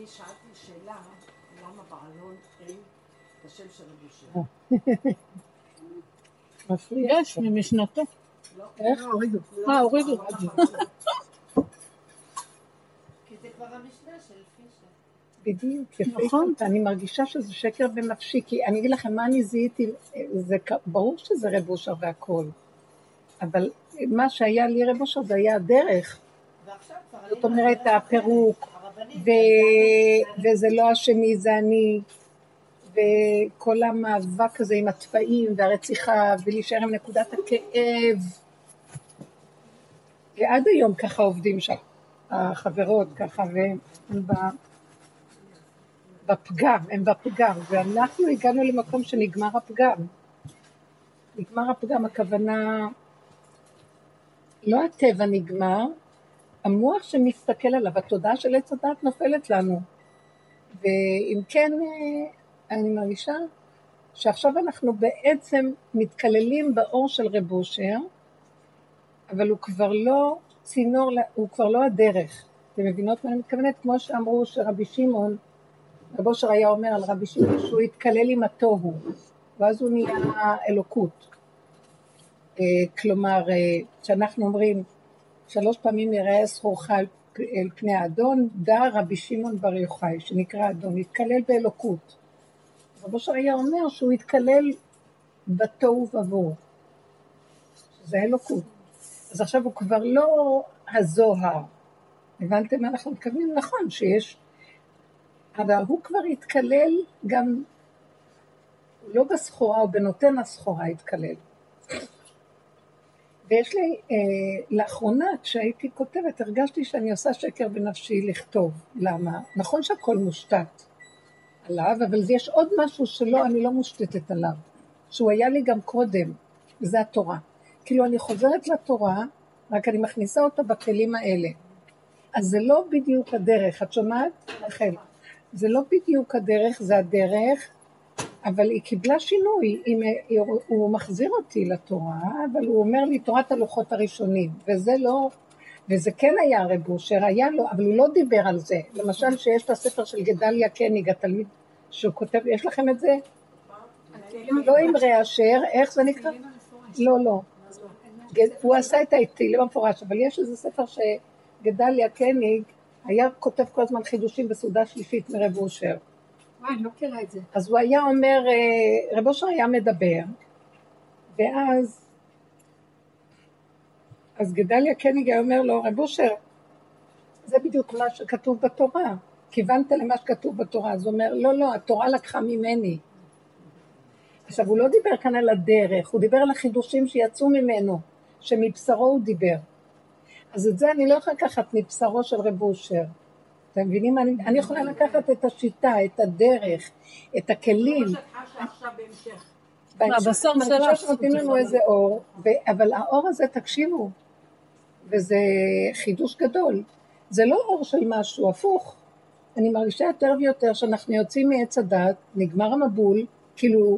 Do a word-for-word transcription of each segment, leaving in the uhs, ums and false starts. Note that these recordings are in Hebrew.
אני שאלתי שאלה, למה בעלון אין את השם של רבי אושר? יש, ממשנתו. איך? הורידו. אה, הורידו. כי זה כבר המשנה של פישר. בדיוק, יפה. אני מרגישה שזה שקר בנפשי, כי אני אגיד לכם מה אני זיהיתי, זה ברור שזה רב אושר והכל, אבל מה שהיה לי רב אושר זה היה הדרך. זאת אומרת, הפירוק, וזה לא השני, זה אני, וכל המאבק הזה עם התפעים והרציחה, ולהישאר עם נקודת הכאב. ועד היום ככה עובדים שם, החברות ככה, והם בפגם, הם בפגם, ואנחנו הגענו למקום שנגמר הפגם. נגמר הפגם, הכוונה, לא הטבע נגמר, המוח שמסתכל עליו, התודעה של עץ הדעת נופלת לנו. ואם כן, אני מרגישה שעכשיו אנחנו בעצם מתקללים באור של רב אושר, אבל הוא כבר לא צינור, הוא כבר לא הדרך. אתם מבינות מה אני מתכוונת? כמו שאמרו שרבי שמעון, רב אושר היה אומר על רבי שמעון שהוא התקלל עם התוהו, ואז הוא נהיה אלוקות. כלומר, שאנחנו אומרים, שלוש פעמים יראה זכורך אל פני האדון, דע רבי שמעון בר יוחאי, שנקרא אדון, התקלל באלוקות. רב אושר היה אומר שהוא התקלל בתוהו ובוהו, שזה אלוקות. אז עכשיו הוא כבר לא הזוהר. הבנתם מה אנחנו מתכוונים? נכון שיש, אבל הוא כבר התקלל גם, הוא לא בסחורה, הוא בנותן הסחורה התקלל. ויש לי, אה, לאחרונה, כשהייתי כותבת, הרגשתי שאני עושה שקר בנפשי לכתוב. למה? נכון שהכל מושתת עליו, אבל יש עוד משהו שלא, אני לא מושתתת עליו, שהוא היה לי גם קודם, וזה התורה. כאילו אני חוזרת לתורה, רק אני מכניסה אותה בכלים האלה. אז זה לא בדיוק הדרך, את שומעת? לכן, זה לא בדיוק הדרך, זה הדרך, אבל היא קיבלה שינוי, היא, הוא מחזיר אותי לתורה, אבל הוא אומר לי תורת הלוחות הראשונים, וזה לא, וזה כן היה רב אושר, היה לו, אבל הוא לא דיבר על זה. למשל שיש את הספר של גדליה קניג, התלמיד שהוא כותב, יש לכם את זה? לא עם אשר, איך זה נקרא? לא, לא. הוא עשה את התהילים המפורש, אבל יש איזה ספר שגדליה קניג היה כותב כל הזמן חידושים בסעודה שלישית מרב אושר. וואי, לא קרא את זה. אז הוא היה אומר, רב אושר היה מדבר, ואז, אז גדליה קניג היה אומר לו, רב אושר, זה בדיוק מה שכתוב בתורה, כיוונת למה שכתוב בתורה, אז הוא אומר, לא, לא, התורה לקחה ממני. עכשיו, הוא לא דיבר כאן על הדרך, הוא דיבר על החידושים שיצאו ממנו, שמבשרו הוא דיבר. אז את זה אני לא יכולה לקחת מבשרו של רב אושר. אתם מבינים? אני, אני יכולה לקחת את השיטה, את הדרך, את הכלים. כמו שאת חשה עכשיו בהמשך. הבשר שלך. אני חושב שנותנים לנו איזה אור, אבל האור הזה, תקשיבו, וזה חידוש גדול. זה לא אור של משהו, הפוך. אני מרגישה יותר ויותר שאנחנו יוצאים מעץ הדת, נגמר המבול, כאילו,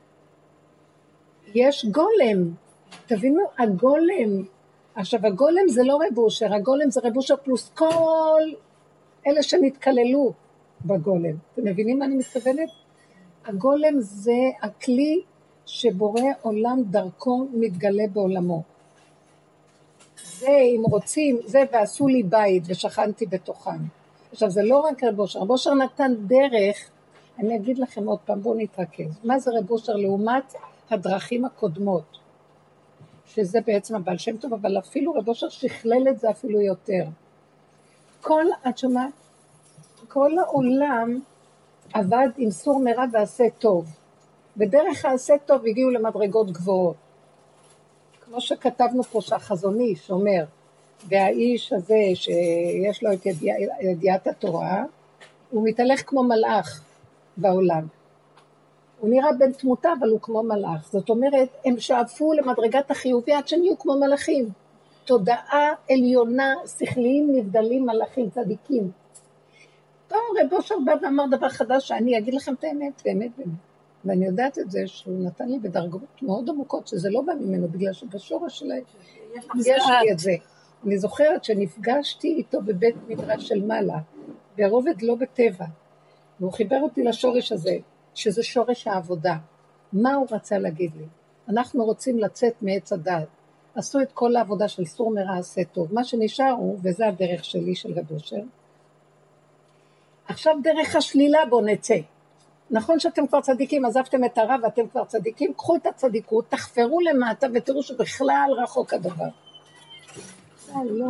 יש גולם. תבינו, הגולם. עכשיו, הגולם זה לא רב אושר, הגולם זה רב אושר פלוס כל אלה שנתקללו בגולם. אתם מבינים מה אני מתכוונת? הגולם זה הכלי שבורא עולם דרכו מתגלה בעולמו. זה, אם רוצים, זה ועשו לי בית ושכנתי בתוכם. עכשיו, זה לא רק רב אושר, רב אושר נתן דרך, אני אגיד לכם עוד פעם, בואו נתרכז. מה זה רב אושר לעומת הדרכים הקודמות? שזה בעצם הבעל שם טוב, אבל אפילו רב אושר שכלל את זה אפילו יותר. כל, את שומעת? כל העולם עבד עם סור מרע ועשה טוב. בדרך העשה טוב הגיעו למדרגות גבוהות. כמו שכתבנו פה שהחזון איש אומר, והאיש הזה שיש לו את ידיע, ידיעת התורה, הוא מתהלך כמו מלאך בעולם. הוא נראה בן תמותה, אבל הוא כמו מלאך. זאת אומרת, הם שאפו למדרגת החיובי עד שהם יהיו כמו מלאכים. תודעה עליונה, שכליים נבדלים, מלאכים, צדיקים. טוב, רב אושר בא ואמר דבר חדש, שאני אגיד לכם את האמת, באמת, באמת. ואני יודעת את זה שהוא נתן לי בדרגות מאוד עמוקות, שזה לא בא ממנו, בגלל שבשורש שלהם יש לי את זה. אני זוכרת שנפגשתי איתו בבית מדרש של מעלה, ברובד לא בטבע. והוא חיבר אותי לשורש הזה, שזה שורש העבודה. מה הוא רצה להגיד לי? אנחנו רוצים לצאת מעץ הדעת. עשו את כל העבודה של סור מרע עשה טוב. מה שנשאר הוא, וזה הדרך שלי של רב אושר, עכשיו דרך השלילה בוא נצא. נכון שאתם כבר צדיקים, עזבתם את הרע ואתם כבר צדיקים, קחו את הצדיקות, תחפרו למטה ותראו שבכלל רחוק הדבר. אה, לא.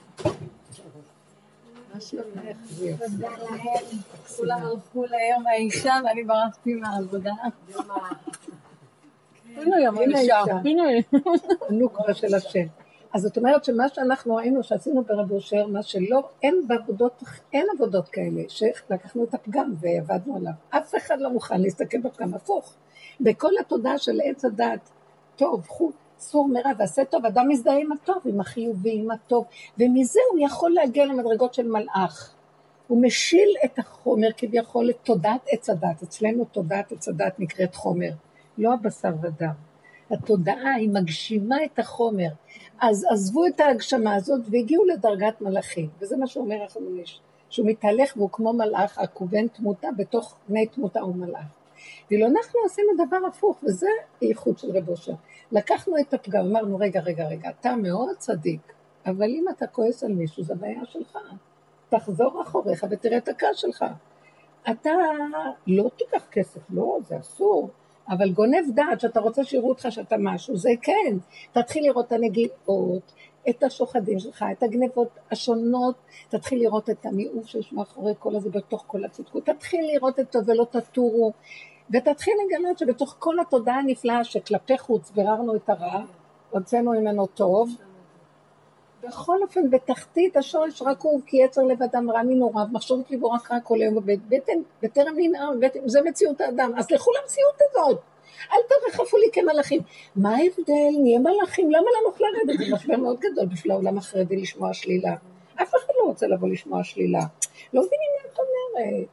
מה שלומך? תודה להם. כולם הלכו ליום האישה ואני ברחתי מהעבודה. הנה יום האישה. הנה. הנוקבה של השם. אז זאת אומרת שמה שאנחנו ראינו שעשינו ברב אושר, מה שלא, אין בעבודות, אין עבודות כאלה, שלקחנו את הפגם ועבדנו עליו. אף אחד לא מוכן להסתכל בפגם, הפוך. בכל התודעה של עץ הדת, טוב, חוט, סור מרע ועשה טוב, אדם מזדהה עם הטוב, עם החיובי, עם הטוב, ומזה הוא יכול להגיע למדרגות של מלאך. הוא משיל את החומר כביכול לתודעת עץ הדת. אצלנו תודעת עץ הדת נקראת חומר, לא הבשר ודם. התודעה היא מגשימה את החומר, אז עזבו את ההגשמה הזאת והגיעו לדרגת מלאכים, וזה מה שאומר החנוניש, שהוא מתהלך והוא כמו מלאך, הכוון תמותה בתוך בני תמותה הוא מלאך. ואילו אנחנו עשינו דבר הפוך, וזה הייחוד של רב אושר. לקחנו את הפגם, אמרנו רגע רגע רגע, אתה מאוד צדיק, אבל אם אתה כועס על מישהו, זה בעיה שלך. תחזור אחוריך ותראה את הכעס שלך. אתה לא תיקח כסף, לא, זה אסור. אבל גונב דעת שאתה רוצה שיראו אותך שאתה משהו, זה כן. תתחיל לראות את הנגיעות, את השוחדים שלך, את הגנבות השונות, תתחיל לראות את המיעוף שיש מאחורי כל הזה בתוך כל הצדקות, תתחיל לראות את טוב ולא תטורו, ותתחיל לגלות שבתוך כל התודעה הנפלאה שכלפי חוץ ביררנו את הרע, הוצאנו ממנו טוב, בכל אופן בתחתית השורש רקוב, כי יצר לבדם רע מנוריו, מחשבות ליבו רק רק כל היום בבטן, בטרם ננער, זה מציאות האדם, אז לכו למציאות הזאת, אל תרחפו לי כמלאכים. מה ההבדל? נהיה מלאכים, למה לנו לרדת? זה משבר מאוד גדול בשביל העולם החרדי לשמוע שלילה. אף אחד לא רוצה לבוא לשמוע שלילה. לא מבינים מה את אומרת.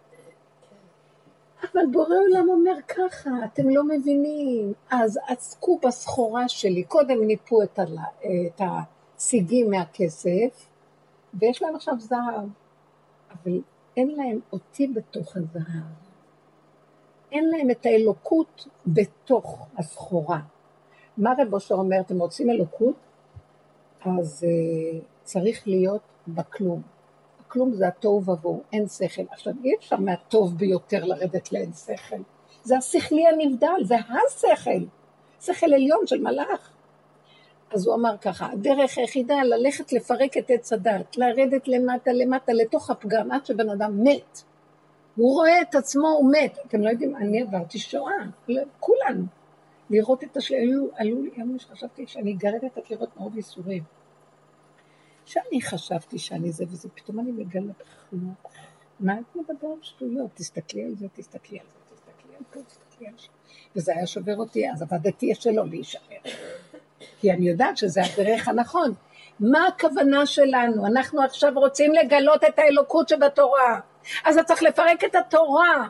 אבל בורא עולם אומר ככה, אתם לא מבינים. אז עסקו בסחורה שלי, קודם ניפו את, הלה, את השיגים מהכסף, ויש להם עכשיו זהב, אבל אין להם אותי בתוך הזהב. אין להם את האלוקות בתוך הסחורה. מה רב אושר אומר, אתם רוצים אלוקות? אז uh, צריך להיות בכלום. הכלום זה התוהו ובוהו, אין שכל. עכשיו אי אפשר מהטוב ביותר לרדת לאין שכל. זה השכלי הנבדל, זה השכל. שכל עליון של מלאך. אז הוא אמר ככה, הדרך היחידה ללכת לפרק את עץ הדת, לרדת למטה למטה לתוך הפגם, עד שבן אדם מת. הוא רואה את עצמו, הוא מת. אתם לא יודעים, אני עברתי שואה, כולנו. לראות את השאלה, עלו לי, אמרו שחשבתי שאני גרדת את לראות מאוד ייסורים. שאני חשבתי שאני זה וזה, פתאום אני מגלה בכלום. מה את מדברת שטויות? תסתכלי על זה, תסתכלי על זה, תסתכלי על זה, תסתכלי על זה. וזה היה שובר אותי, אז עבדתי שלא להישאר. כי אני יודעת שזה הדרך הנכון. מה הכוונה שלנו? אנחנו עכשיו רוצים לגלות את האלוקות שבתורה. אז אתה צריך לפרק את התורה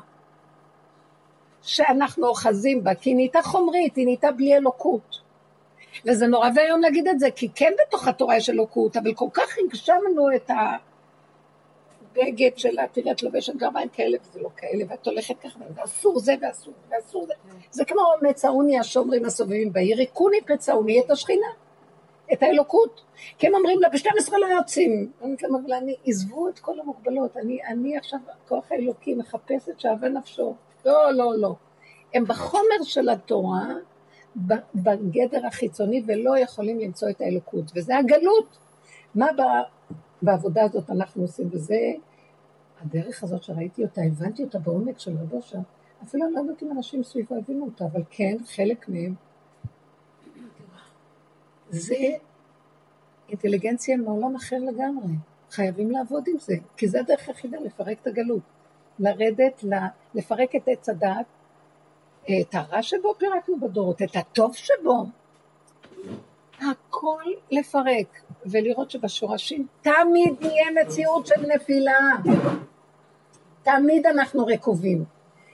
שאנחנו אוחזים בה, כי היא נהייתה חומרית, היא נהייתה בלי אלוקות. וזה נורא והיום להגיד את זה, כי כן בתוך התורה יש אלוקות, אבל כל כך הגשמנו את הבגד שלה, תראה, את לובשת גרביים כאלה וזה לא כאלה, ואת הולכת ככה, ואסור זה ואסור ואסור זה. זה כמו מצאוני השומרים הסובבים בעיר, ריקוני פצאוני את השכינה, את האלוקות. כי הם אומרים לה, ב-שתים עשרה לא יוצאים. אבל אני, עזבו את כל המוגבלות, אני, אני עכשיו, כוח האלוקי מחפשת שאהבה נפשו. לא, לא, לא. הם בחומר של התורה, בגדר החיצוני, ולא יכולים למצוא את האלוקות. וזה הגלות. מה בעבודה הזאת אנחנו עושים? וזה הדרך הזאת שראיתי אותה, הבנתי אותה בעומק של רב אושר. אפילו לא יודעת אם אנשים סביבו הבינו אותה, אבל כן, חלק מהם. זה אינטליגנציה מעולם אחר לגמרי. חייבים לעבוד עם זה, כי זה הדרך היחידה לפרק את הגלות. לרדת, לפרק את עץ הדעת, את הרע שבו פירקנו בדורות, את הטוב שבו. הכל לפרק, ולראות שבשורשים תמיד נהיה מציאות של נפילה. תמיד אנחנו רקובים.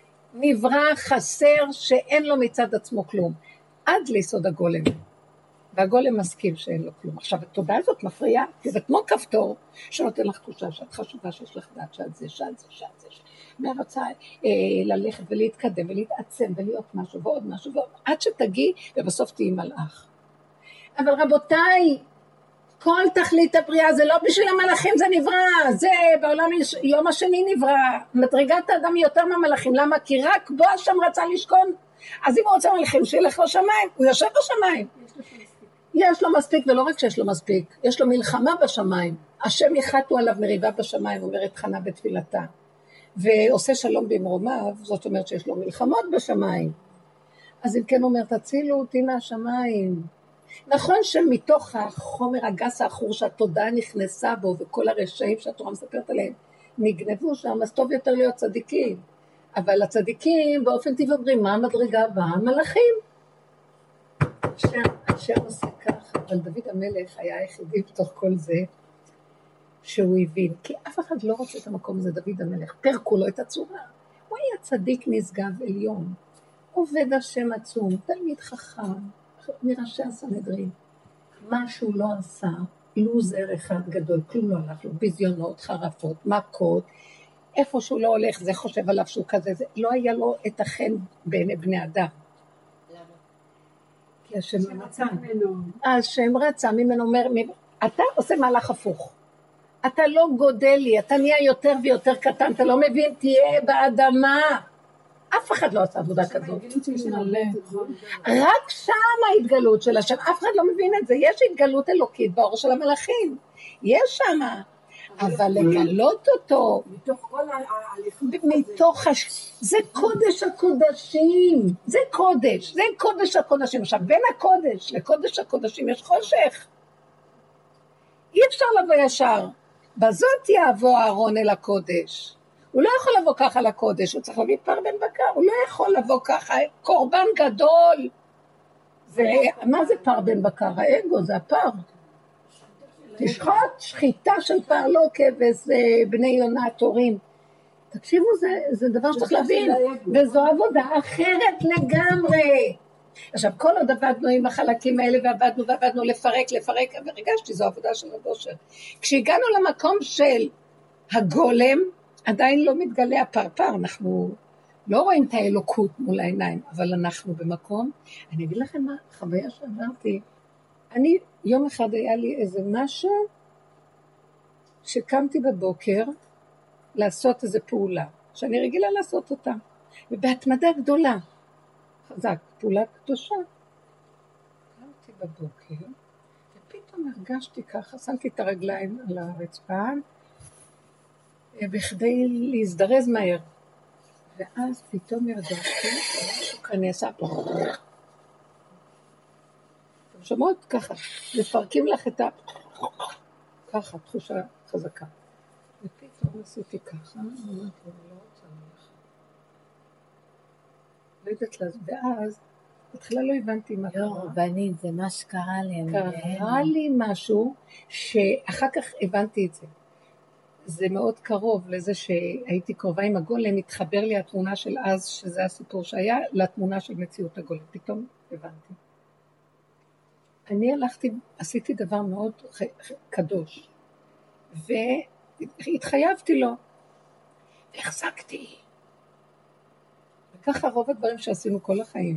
נברא חסר שאין לו מצד עצמו כלום. עד ליסוד הגולם. והגולם מסכים שאין לו כלום. עכשיו, התודעה הזאת מפריעה, כי זה כמו כפתור, שנותן לך תחושה שאת חשובה, שיש לך דעת שאת זה, שאת זה, שאת זה, מרצה אה, ללכת ולהתקדם ולהתעצם ולהיות משהו ועוד משהו, ועוד, עד שתגיעי ובסוף תהיי מלאך. אבל רבותיי, כל תכלית הבריאה זה לא בשביל המלאכים, זה נברא, זה בעולם יום השני נברא, מדרגת האדם היא יותר מהמלאכים, למה? כי רק בו השם רצה לשכון, אז אם הוא רוצה מלאכים שילך לשמיים, הוא יושב בשמיים, יש לו מספיק, ולא רק שיש לו מספיק, יש לו מלחמה בשמיים, השם יחתו עליו מריבה בשמיים, אומרת חנה בתפילתה, ועושה שלום במרומיו, זאת אומרת שיש לו מלחמות בשמיים, אז אם כן אומר, תצילו אותי מהשמיים, נכון שמתוך החומר הגס האחור שהתודעה נכנסה בו, וכל הרשעים שהתורה מספרת עליהם, נגנבו שם, אז טוב יותר להיות צדיקים, אבל הצדיקים באופן טבעי אומרים, מה המדרגה הבאה? המלאכים. השם, השם עושה כך, אבל דוד המלך היה היחידי בתוך כל זה, שהוא הבין, כי אף אחד לא רוצה את המקום הזה, דוד המלך, פרקו לו את הצורה, הוא היה צדיק נשגב עליון, עובד השם עצום, תלמיד חכם, מראשי הסנהדרין, מה שהוא לא עשה, לוזר אחד גדול, כלום לא הלך לו, ביזיונות, חרפות, מכות, איפה שהוא לא הולך, זה חושב עליו שהוא כזה, זה, לא היה לו את החן בעיני בני אדם. למה? כי השם רצה ממנו. השם רצה ממנו, אומר, אתה עושה מהלך הפוך. אתה לא גודל לי, אתה נהיה יותר ויותר קטן, אתה לא מבין, תהיה באדמה. אף אחד לא עשה עבודה כזאת. רק שם ההתגלות של השם, אף אחד לא מבין את זה. יש התגלות אלוקית באור של המלאכים. יש שם. אבל לגלות אותו, מתוך כל ההליכים, מתוך, זה קודש הקודשים, זה קודש, זה קודש הקודשים. עכשיו, בין הקודש לקודש הקודשים יש חושך. אי אפשר לבוא ישר. בזאת יעבור הארון אל הקודש. הוא לא יכול לבוא ככה לקודש, הוא צריך להביא פר בן בקר, הוא לא יכול לבוא ככה, קורבן גדול. ומה זה פר בן בקר? האגו, זה הפר. תשחוט, שחיטה של פר, לא כבש, בני יונה, תורים. תקשיבו, זה, זה דבר שצריך להבין, וזו עבודה אחרת לגמרי. עכשיו, כל עוד עבדנו עם החלקים האלה, ועבדנו ועבדנו לפרק, לפרק, והרגשתי, זו עבודה של הבושר. כשהגענו למקום של הגולם, עדיין לא מתגלה הפרפר, אנחנו לא רואים את האלוקות מול העיניים, אבל אנחנו במקום, אני אגיד לכם מה, חוויה שעברתי, אני, יום אחד היה לי איזה משהו, שקמתי בבוקר, לעשות איזו פעולה, שאני רגילה לעשות אותה, ובהתמדה גדולה, חזק, פעולה קדושה, קמתי בבוקר, ופתאום הרגשתי ככה, שמתי את הרגליים על הרצפה, בכדי להזדרז מהר, ואז פתאום הרגשתי, משהו כאן נעשה פה, אתם שומעות? ככה, לפרקים לך את ה... ככה, תחושה חזקה. ופתאום עשיתי ככה, אמרתי, אני לא רוצה ללכת. לא יודעת לזה, ואז, בתחילה לא הבנתי מה קרה. לא, רבנית, זה מה שקרה לי. קרה לי משהו, שאחר כך הבנתי את זה. זה מאוד קרוב לזה שהייתי קרובה עם הגולם, התחבר לי התמונה של אז, שזה הסיפור שהיה, לתמונה של מציאות הגולם. פתאום הבנתי. אני הלכתי, עשיתי דבר מאוד קדוש, והתחייבתי לו, והחזקתי. וככה רוב הדברים שעשינו כל החיים.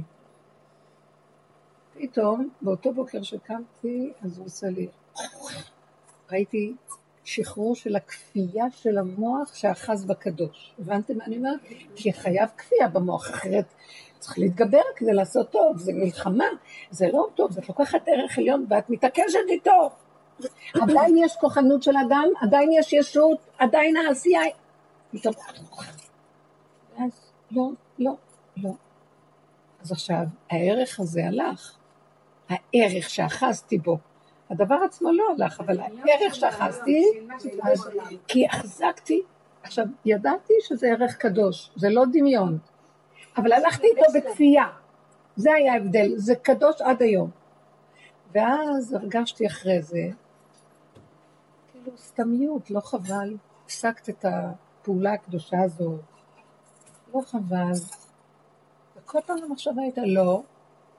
פתאום, באותו בוקר שקמתי, אז הוא עושה לי, ראיתי שחרור של הכפייה של המוח שאחז בקדוש. הבנתם מה אני אומרת? כי חייב כפייה במוח, אחרת צריך להתגבר כדי לעשות טוב, זה מלחמה, זה לא טוב, זה לוקחת ערך עליון ואת מתעקשת איתו. עדיין יש כוחנות של אדם, עדיין יש ישות, עדיין העשייה. פתאום, אז לא, לא, לא. אז עכשיו, הערך הזה הלך, הערך שאחזתי בו, הדבר עצמו לא הלך, אבל הערך שאחזתי, כי החזקתי, עכשיו ידעתי שזה ערך קדוש, זה לא דמיון, אבל הלכתי איתו בכפייה, זה היה ההבדל, זה קדוש עד היום. ואז הרגשתי אחרי זה, כאילו סתמיות, לא חבל, הפסקת את הפעולה הקדושה הזו, לא חבל, וכל פעם המחשבה הייתה לא,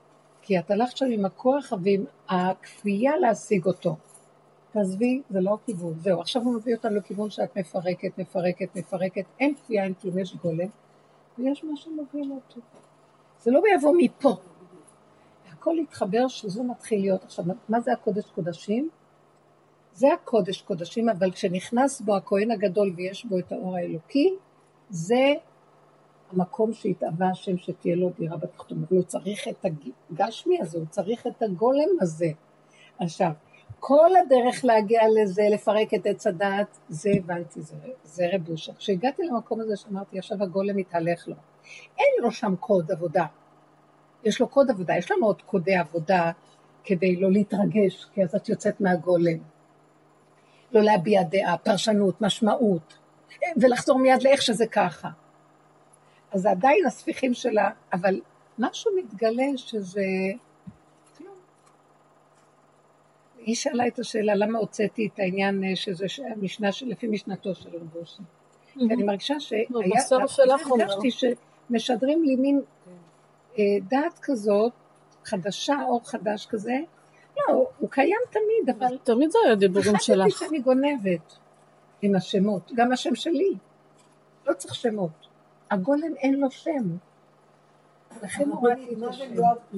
כי את הלכת שם עם הכוח ועם הכפייה להשיג אותו. תעזבי, זה לא הכיוון. זהו, עכשיו הוא מביא אותנו לכיוון שאת מפרקת, מפרקת, מפרקת. אין כפייה, אין כלום, יש גולם. ויש מה שמוביל אותו. זה לא יבוא מפה. הכל יתחבר שזה מתחיל להיות. עכשיו, מה זה הקודש קודשים? זה הקודש קודשים, אבל כשנכנס בו הכהן הגדול ויש בו את האור האלוקי, זה המקום שהתאווה השם שתהיה לו דירה בתחתון. אבל הוא צריך את הגשמי הזה, הוא צריך את הגולם הזה. עכשיו, כל הדרך להגיע לזה, לפרק את עץ הדעת, זה הבנתי, זה, זה רבושה. כשהגעתי למקום הזה שאמרתי, עכשיו הגולם מתהלך לו. אין לו שם קוד עבודה. יש לו קוד עבודה, יש לנו עוד קודי עבודה כדי לא להתרגש, כי אז את יוצאת מהגולם. לא להביע דעה, פרשנות, משמעות, ולחזור מיד לאיך שזה ככה. אז זה עדיין הספיחים שלה, אבל משהו מתגלה שזה... היא שאלה את השאלה, למה הוצאתי את העניין שזה המשנה, לפי משנתו של רבושי. ואני מרגישה שהרגשתי שמשדרים לי מין דעת כזאת, חדשה, אור חדש כזה, לא, הוא קיים תמיד, אבל... תמיד זה היה דיבורים שלך. חשבתי שאני גונבת עם השמות, גם השם שלי. לא צריך שמות. הגולם אין לו שם. לכן הוא רק את השם.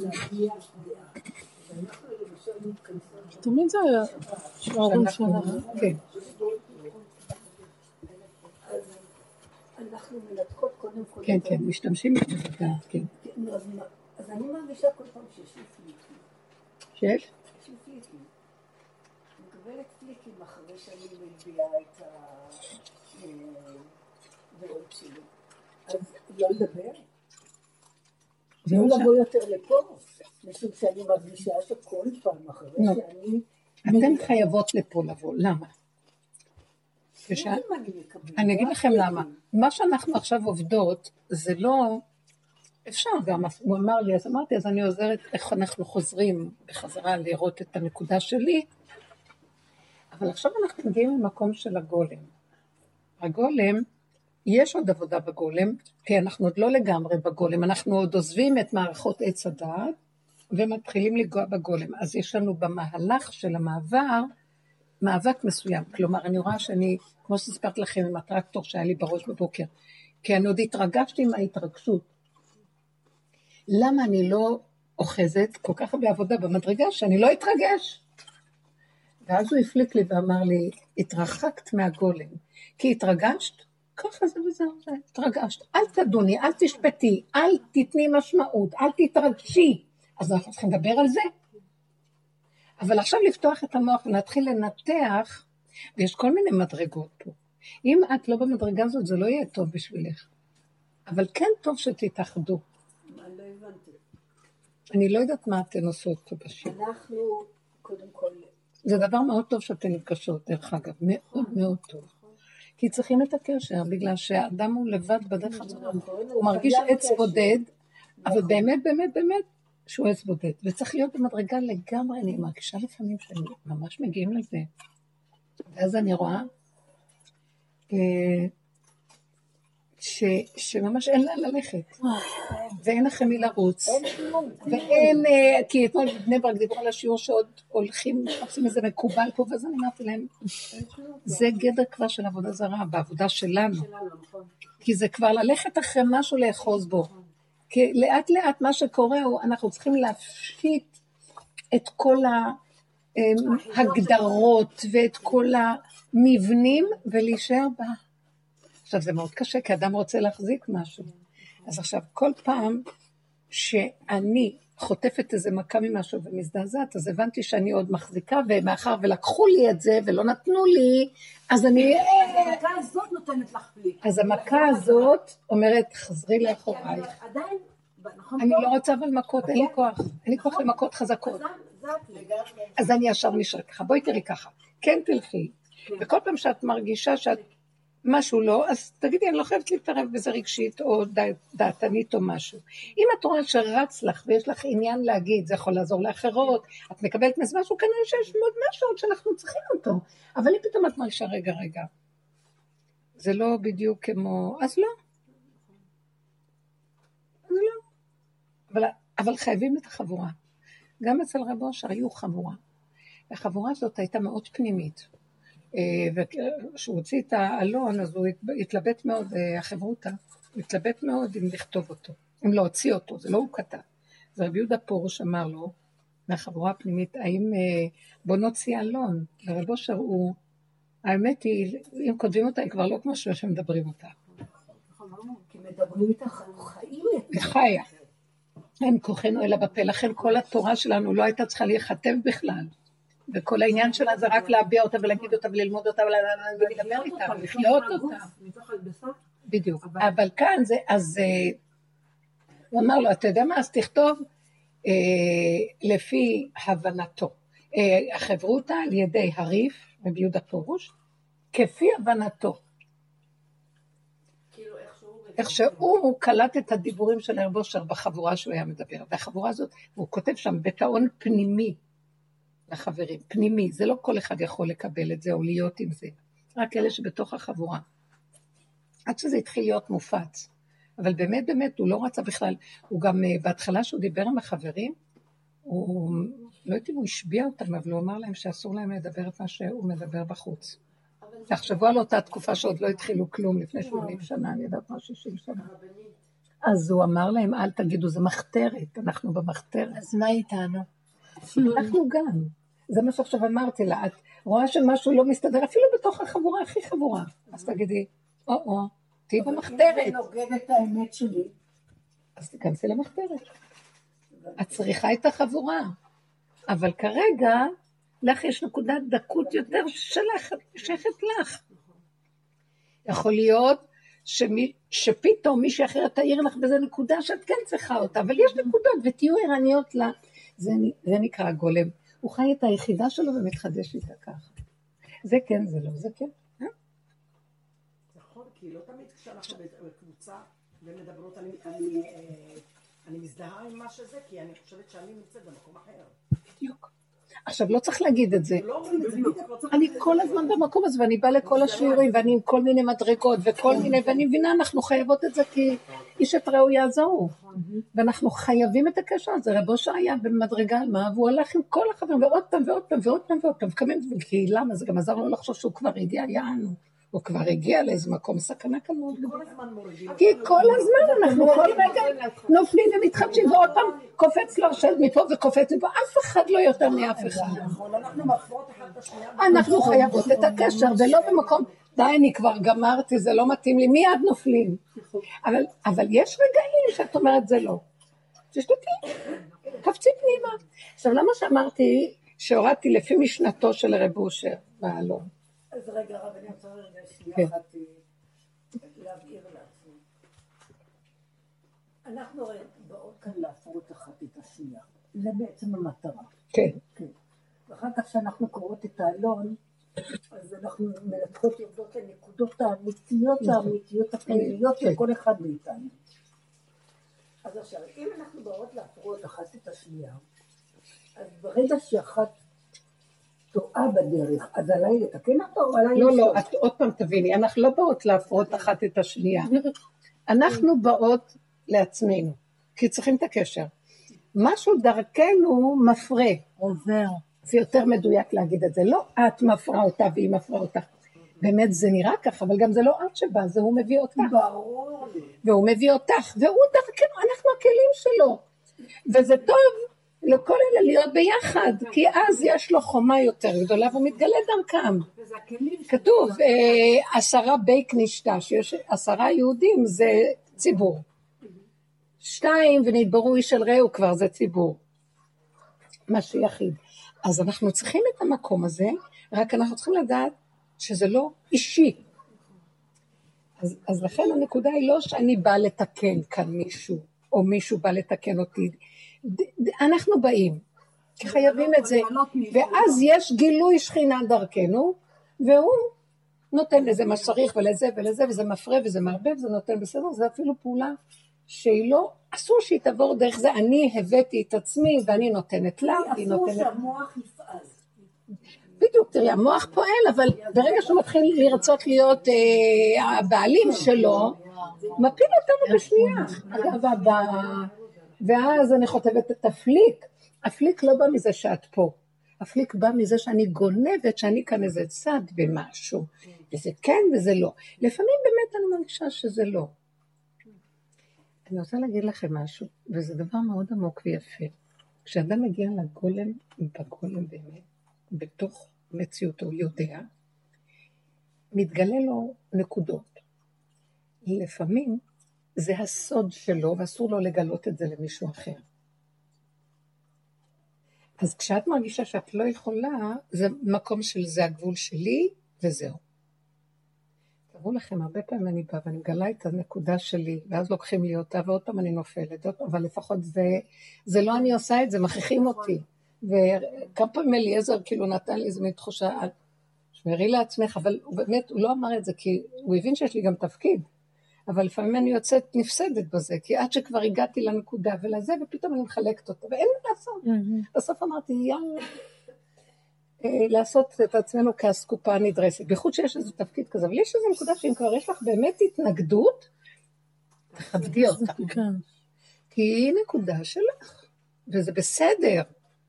תמיד זה היה שערים שלך. כן. אנחנו מנתקות קודם כל. כן, כן, משתמשים בדעת, כן. אז אני מרגישה כל פעם שיש לי פליקים. שיש? יש לי פליקים. אני מקבלת פליקים אחרי שאני מביאה את הדעות שלי. אז לא לדבר? לא לבוא יותר לפה? משום שאני מרגישה שכל פעם אחרי שאני... אתן חייבות לפה לבוא, למה? אני אגיד לכם למה. מה שאנחנו עכשיו עובדות, זה לא... אפשר גם, הוא אמר לי, אז אמרתי, אז אני עוזרת איך אנחנו חוזרים בחזרה לראות את הנקודה שלי, אבל עכשיו אנחנו מגיעים למקום של הגולם. הגולם, יש עוד עבודה בגולם, כי אנחנו עוד לא לגמרי בגולם, אנחנו עוד עוזבים את מערכות עץ הדעת, ומתחילים לגוע בגולם. אז יש לנו במהלך של המעבר, מאבק מסוים. כלומר, אני רואה שאני, כמו שספרת לכם עם הטרקטור שהיה לי בראש בבוקר, כי אני עוד התרגשתי עם ההתרגשות. למה אני לא אוחזת כל כך הרבה עבודה במדרגה שאני לא אתרגש? ואז הוא הפליק לי ואמר לי, התרחקת מהגולם, כי התרגשת, ככה זה וזהו זה, התרגשת. אל תדוני, אל תשפטי, אל תתני משמעות, אל תתרגשי. אז אנחנו צריכים לדבר על זה. אבל עכשיו לפתוח את המוח ולהתחיל לנתח, ויש כל מיני מדרגות פה. אם את לא במדרגה הזאת, זה לא יהיה טוב בשבילך. אבל כן טוב שתתאחדו. אני לא הבנתי. אני לא יודעת מה אתן עושות פה בשביל. אנחנו, קודם כל... זה דבר מאוד טוב שאתן נפגשות, דרך אגב, מאוד מאוד טוב. כי צריכים את הקשר, בגלל שהאדם הוא לבד בדרך הזאת. הוא מרגיש עץ בודד, אבל באמת, באמת, באמת, שהוא עץ בודד. וצריך להיות במדרגה לגמרי, אני מרגישה לפעמים שאני ממש מגיעים לזה. ואז אני רואה ש, שממש אין לה ללכת. ואין לכם מי לרוץ. ואין, כי אתמול בני ברק דיברו על השיעור שעוד הולכים, עושים איזה מקובל פה, ואז אני אמרתי להם, זה גדר כבר של עבודה זרה, בעבודה שלנו. כי זה כבר ללכת אחרי משהו לאחוז בו. כי לאט לאט מה שקורה הוא, אנחנו צריכים להפשיט את כל ההגדרות ואת כל המבנים ולהישאר בה. עכשיו זה מאוד קשה, כי אדם רוצה להחזיק משהו. אז עכשיו כל פעם שאני חוטפת איזה מכה ממשהו ומזדעזעת, אז הבנתי שאני עוד מחזיקה, ומאחר ולקחו לי את זה ולא נתנו לי, אז אני... המכה הזאת נותנת לך פליק. אז המכה הזאת אומרת, חזרי לאחורייך. עדיין... אני לא רוצה אבל מכות, אין לי כוח, אין לי כוח למכות חזקות. אז אני ישר נשאר ככה, בואי תראי ככה, כן תלכי, וכל פעם שאת מרגישה שאת משהו לא, אז תגידי, אני לא חייבת להתערב בזה רגשית או דעתנית או משהו. אם את רואה שרץ לך ויש לך עניין להגיד, זה יכול לעזור לאחרות, את מקבלת מזה משהו, כנראה שיש מאוד משהו שאנחנו צריכים אותו, אבל אם פתאום את מרגישה רגע רגע, זה לא בדיוק כמו, אז לא. אבל, אבל חייבים את החבורה. גם אצל רב אושר היו חבורה. החבורה הזאת הייתה מאוד פנימית. וכשהוא הוציא את האלון, אז הוא התלבט מאוד, החברותה, הוא התלבט מאוד אם לכתוב אותו, אם להוציא אותו, זה לא הוא כתב. אז רבי יהודה פורוש אמר לו, מהחבורה הפנימית, האם בוא נוציא אלון? ורב אושר הוא, האמת היא, אם כותבים אותה, היא כבר לא כמו שמדברים אותה. כי מדברים איתך חיים. היא חיה. אין כוחנו אלא בפה, לכן כל התורה שלנו לא הייתה צריכה להיכתב בכלל. וכל העניין שלה זה רק להביע אותה ולהגיד אותה וללמוד אותה ולדבר איתה ולחיות אותה. בדיוק. אבל כאן זה, אז הוא אמר לו, אתה יודע מה, אז תכתוב לפי הבנתו. החברותה על ידי הריף, רבי יהודה פורוש, כפי הבנתו. איך שהוא קלט את הדיבורים של רב אושר בחבורה שהוא היה מדבר. והחבורה הזאת, הוא כותב שם בטעון פנימי, לחברים, פנימי, זה לא כל אחד יכול לקבל את זה או להיות עם זה, רק אלה שבתוך החבורה. עד שזה התחיל להיות מופץ. אבל באמת באמת הוא לא רצה בכלל, הוא גם בהתחלה שהוא דיבר עם החברים, הוא לא יודעת אם הוא השביע אותם, אבל הוא אמר להם שאסור להם לדבר את מה שהוא מדבר בחוץ. תחשבו על אותה תקופה שעוד לא התחילו כלום, לפני שמונים שנה, אני יודעת מה שישים שנה. אז הוא אמר להם, אל תגידו, זה מחתרת, אנחנו במחתרת. אז מה איתנו? אנחנו גם. זה מה שעכשיו אמרתי לה, את רואה שמשהו לא מסתדר, אפילו בתוך החבורה הכי חבורה. אז תגידי, או-או, תהי במחתרת. אבל אם זה נוגד את האמת שלי. אז תיכנסי למחתרת. את צריכה את החבורה. אבל כרגע, לך יש נקודת דקות יותר שלך, שייכת לך. יכול להיות שמי, שפתאום מישהי אחרת תאיר לך בזה נקודה שאת כן צריכה אותה, אבל יש נקודות ותהיו ערניות לה. זה, זה נקרא גולם. הוא חי את היחידה שלו ומתחדש איתה ככה. זה כן, זה לא, זה כן. נכון, כי לא תמיד כשאנחנו בקבוצה ומדברות, אני, אני, אני מזדהה עם מה שזה, כי אני חושבת שאני נמצאת במקום אחר. בדיוק. עכשיו, לא צריך להגיד את זה. אני כל הזמן במקום הזה, ואני באה לכל השיעורים, ואני עם כל מיני מדרגות, וכל מיני, ואני מבינה, אנחנו חייבות את זה, כי איש את רעהו יעזור. ואנחנו חייבים את הקשר הזה. רב אושר היה במדרגה על מה, והוא הלך עם כל החברים, ועוד פעם, ועוד פעם, ועוד פעם, ועוד פעם, כי למה? זה גם עזר לו לחשוב שהוא כבר הגיע, יענו. הוא כבר הגיע לאיזה מקום, סכנה כאן מאוד גדולה. כי כל הזמן אנחנו כל רגע נופלים ומתחדשים, ועוד פעם קופץ לו השד מפה וקופץ מפה, אף אחד לא יותר מאף אחד. אנחנו חייבות את הקשר, ולא במקום, די, אני כבר גמרתי, זה לא מתאים לי, מיד נופלים. אבל יש רגעים שאת אומרת, זה לא. תשתתי, קפצי פנימה. עכשיו, למה שאמרתי שהורדתי לפי משנתו של רב אושר בעלון? אז רגע, רב, אני רוצה רגע שנייה אחת להבהיר לעצמי. אנחנו באות כאן להפרות אחת את השנייה. זה בעצם המטרה. כן. כן. ואחר כך שאנחנו קוראות את העלון, אז אנחנו מנתחות יורדות לנקודות האמיתיות, האמיתיות הפנימיות של כל אחד מאיתנו. אז עכשיו, אם אנחנו באות להפרות אחת את השנייה, אז ברגע שאחת טועה בדרך, אז עליי לתקן אותו או עליי לא, לא, את עוד פעם תביני, אנחנו לא באות להפרות אחת את השנייה. אנחנו באות לעצמנו, כי צריכים את הקשר. משהו דרכנו מפרה. עובר. זה יותר מדויק להגיד את זה. לא את מפרה אותה והיא מפרה אותה. באמת זה נראה כך, אבל גם זה לא את שבא, זה הוא מביא אותך. ברור. והוא מביא אותך, והוא דרכנו, אנחנו הכלים שלו. וזה טוב. לכל אלה להיות ביחד, כי אז יש לו חומה יותר גדולה, והוא מתגלה דרכם. כתוב, עשרה בית נשתה, שיש עשרה יהודים, זה ציבור. שתיים, ונתברו איש אל רעהו, כבר זה ציבור. משהו יחיד. אז אנחנו צריכים את המקום הזה, רק אנחנו צריכים לדעת שזה לא אישי. אז, אז לכן הנקודה היא לא שאני באה לתקן כאן מישהו, או מישהו בא לתקן אותי, אנחנו באים, כי חייבים את זה, ואז יש גילוי שכינה דרכנו, והוא נותן לזה מה שצריך ולזה ולזה, וזה מפרה וזה מרבה וזה נותן בסדר, זה אפילו פעולה שהיא לא, אסור שהיא תעבור דרך זה, אני הבאתי את עצמי ואני נותנת לה, היא נותנת... אסור שהמוח יפעל. בדיוק, תראי, המוח פועל, אבל ברגע שהוא מתחיל לרצות להיות אה, הבעלים שלו, מפיל אותנו בשנייה. אגב, הבא... ואז אני חותבת את הפליק, הפליק לא בא מזה שאת פה. הפליק בא מזה שאני גונבת, שאני כאן איזה צד במשהו. וזה כן וזה לא. לפעמים באמת אני מרגישה שזה לא. אני רוצה להגיד לכם משהו, וזה דבר מאוד עמוק ויפה. כשאדם מגיע לגולם, בגולם באמת, בתוך מציאותו, הוא יודע, מתגלה לו נקודות. לפעמים זה הסוד שלו, ואסור לו לגלות את זה למישהו אחר. אז כשאת מרגישה שאת לא יכולה, זה מקום של זה הגבול שלי, וזהו. תראו לכם, הרבה פעמים אני באה ואני מגלה את הנקודה שלי, ואז לוקחים לי אותה, ועוד פעם אני נופלת, אבל לפחות זה, זה לא אני עושה את זה, מכריחים אותי. וכמה פעמים אליעזר כאילו נתן לי איזו מין תחושה, שמרי לעצמך, אבל הוא באמת, הוא לא אמר את זה, כי הוא הבין שיש לי גם תפקיד, אבל לפעמים אני יוצאת נפסדת בזה, כי עד שכבר הגעתי לנקודה ולזה, ופתאום אני מחלקת אותה, ואין לי לעשות. בסוף אמרתי, יאללה, לעשות את עצמנו כהסקופה הנדרסת, בייחוד שיש איזה תפקיד כזה, אבל יש איזו נקודה שאם כבר יש לך באמת התנגדות, תכבדי אותה. כי היא נקודה שלך, וזה בסדר.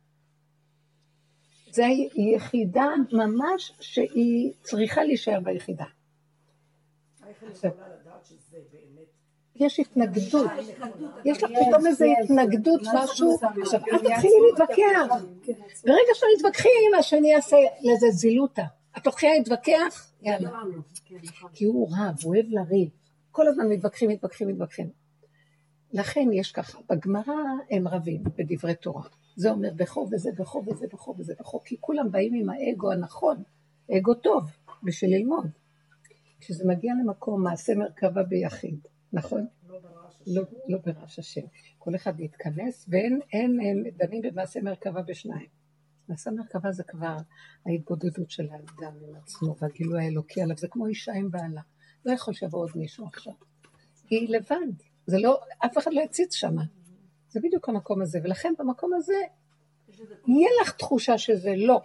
זו יחידה ממש שהיא צריכה להישאר ביחידה. איך אני יכולה לדעת שזה באמת? יש התנגדות. יש לך פתאום איזו התנגדות, משהו. עכשיו, אל תתחילי להתווכח. ברגע שאתם מתווכחים, השני יעשה לזה זילותה. את הולכיה להתווכח? יאללה. כי הוא רב, הוא אוהב לריב. כל הזמן מתווכחים, מתווכחים, מתווכחים. לכן יש ככה, בגמרא הם רבים בדברי תורה. זה אומר בכו וזה בכו וזה בכו וזה בכו, כי כולם באים עם האגו הנכון, אגו טוב, בשביל ללמוד. כשזה מגיע למקום מעשה מרכבה ביחיד, נכון? לא ברעש לא, לא ברעש השם. כל אחד יתכנס, ואין אין, הם דנים במעשה מרכבה בשניים. מעשה מרכבה זה כבר ההתבודדות של האדם עם עצמו, והגילוי האלוקי עליו, זה כמו אישה עם בעלה. לא יכול שיבוא עוד מישהו עכשיו. היא לבד. זה לא, אף אחד לא יציץ שמה. זה בדיוק המקום הזה, ולכן במקום הזה, יהיה לך תחושה שזה לא.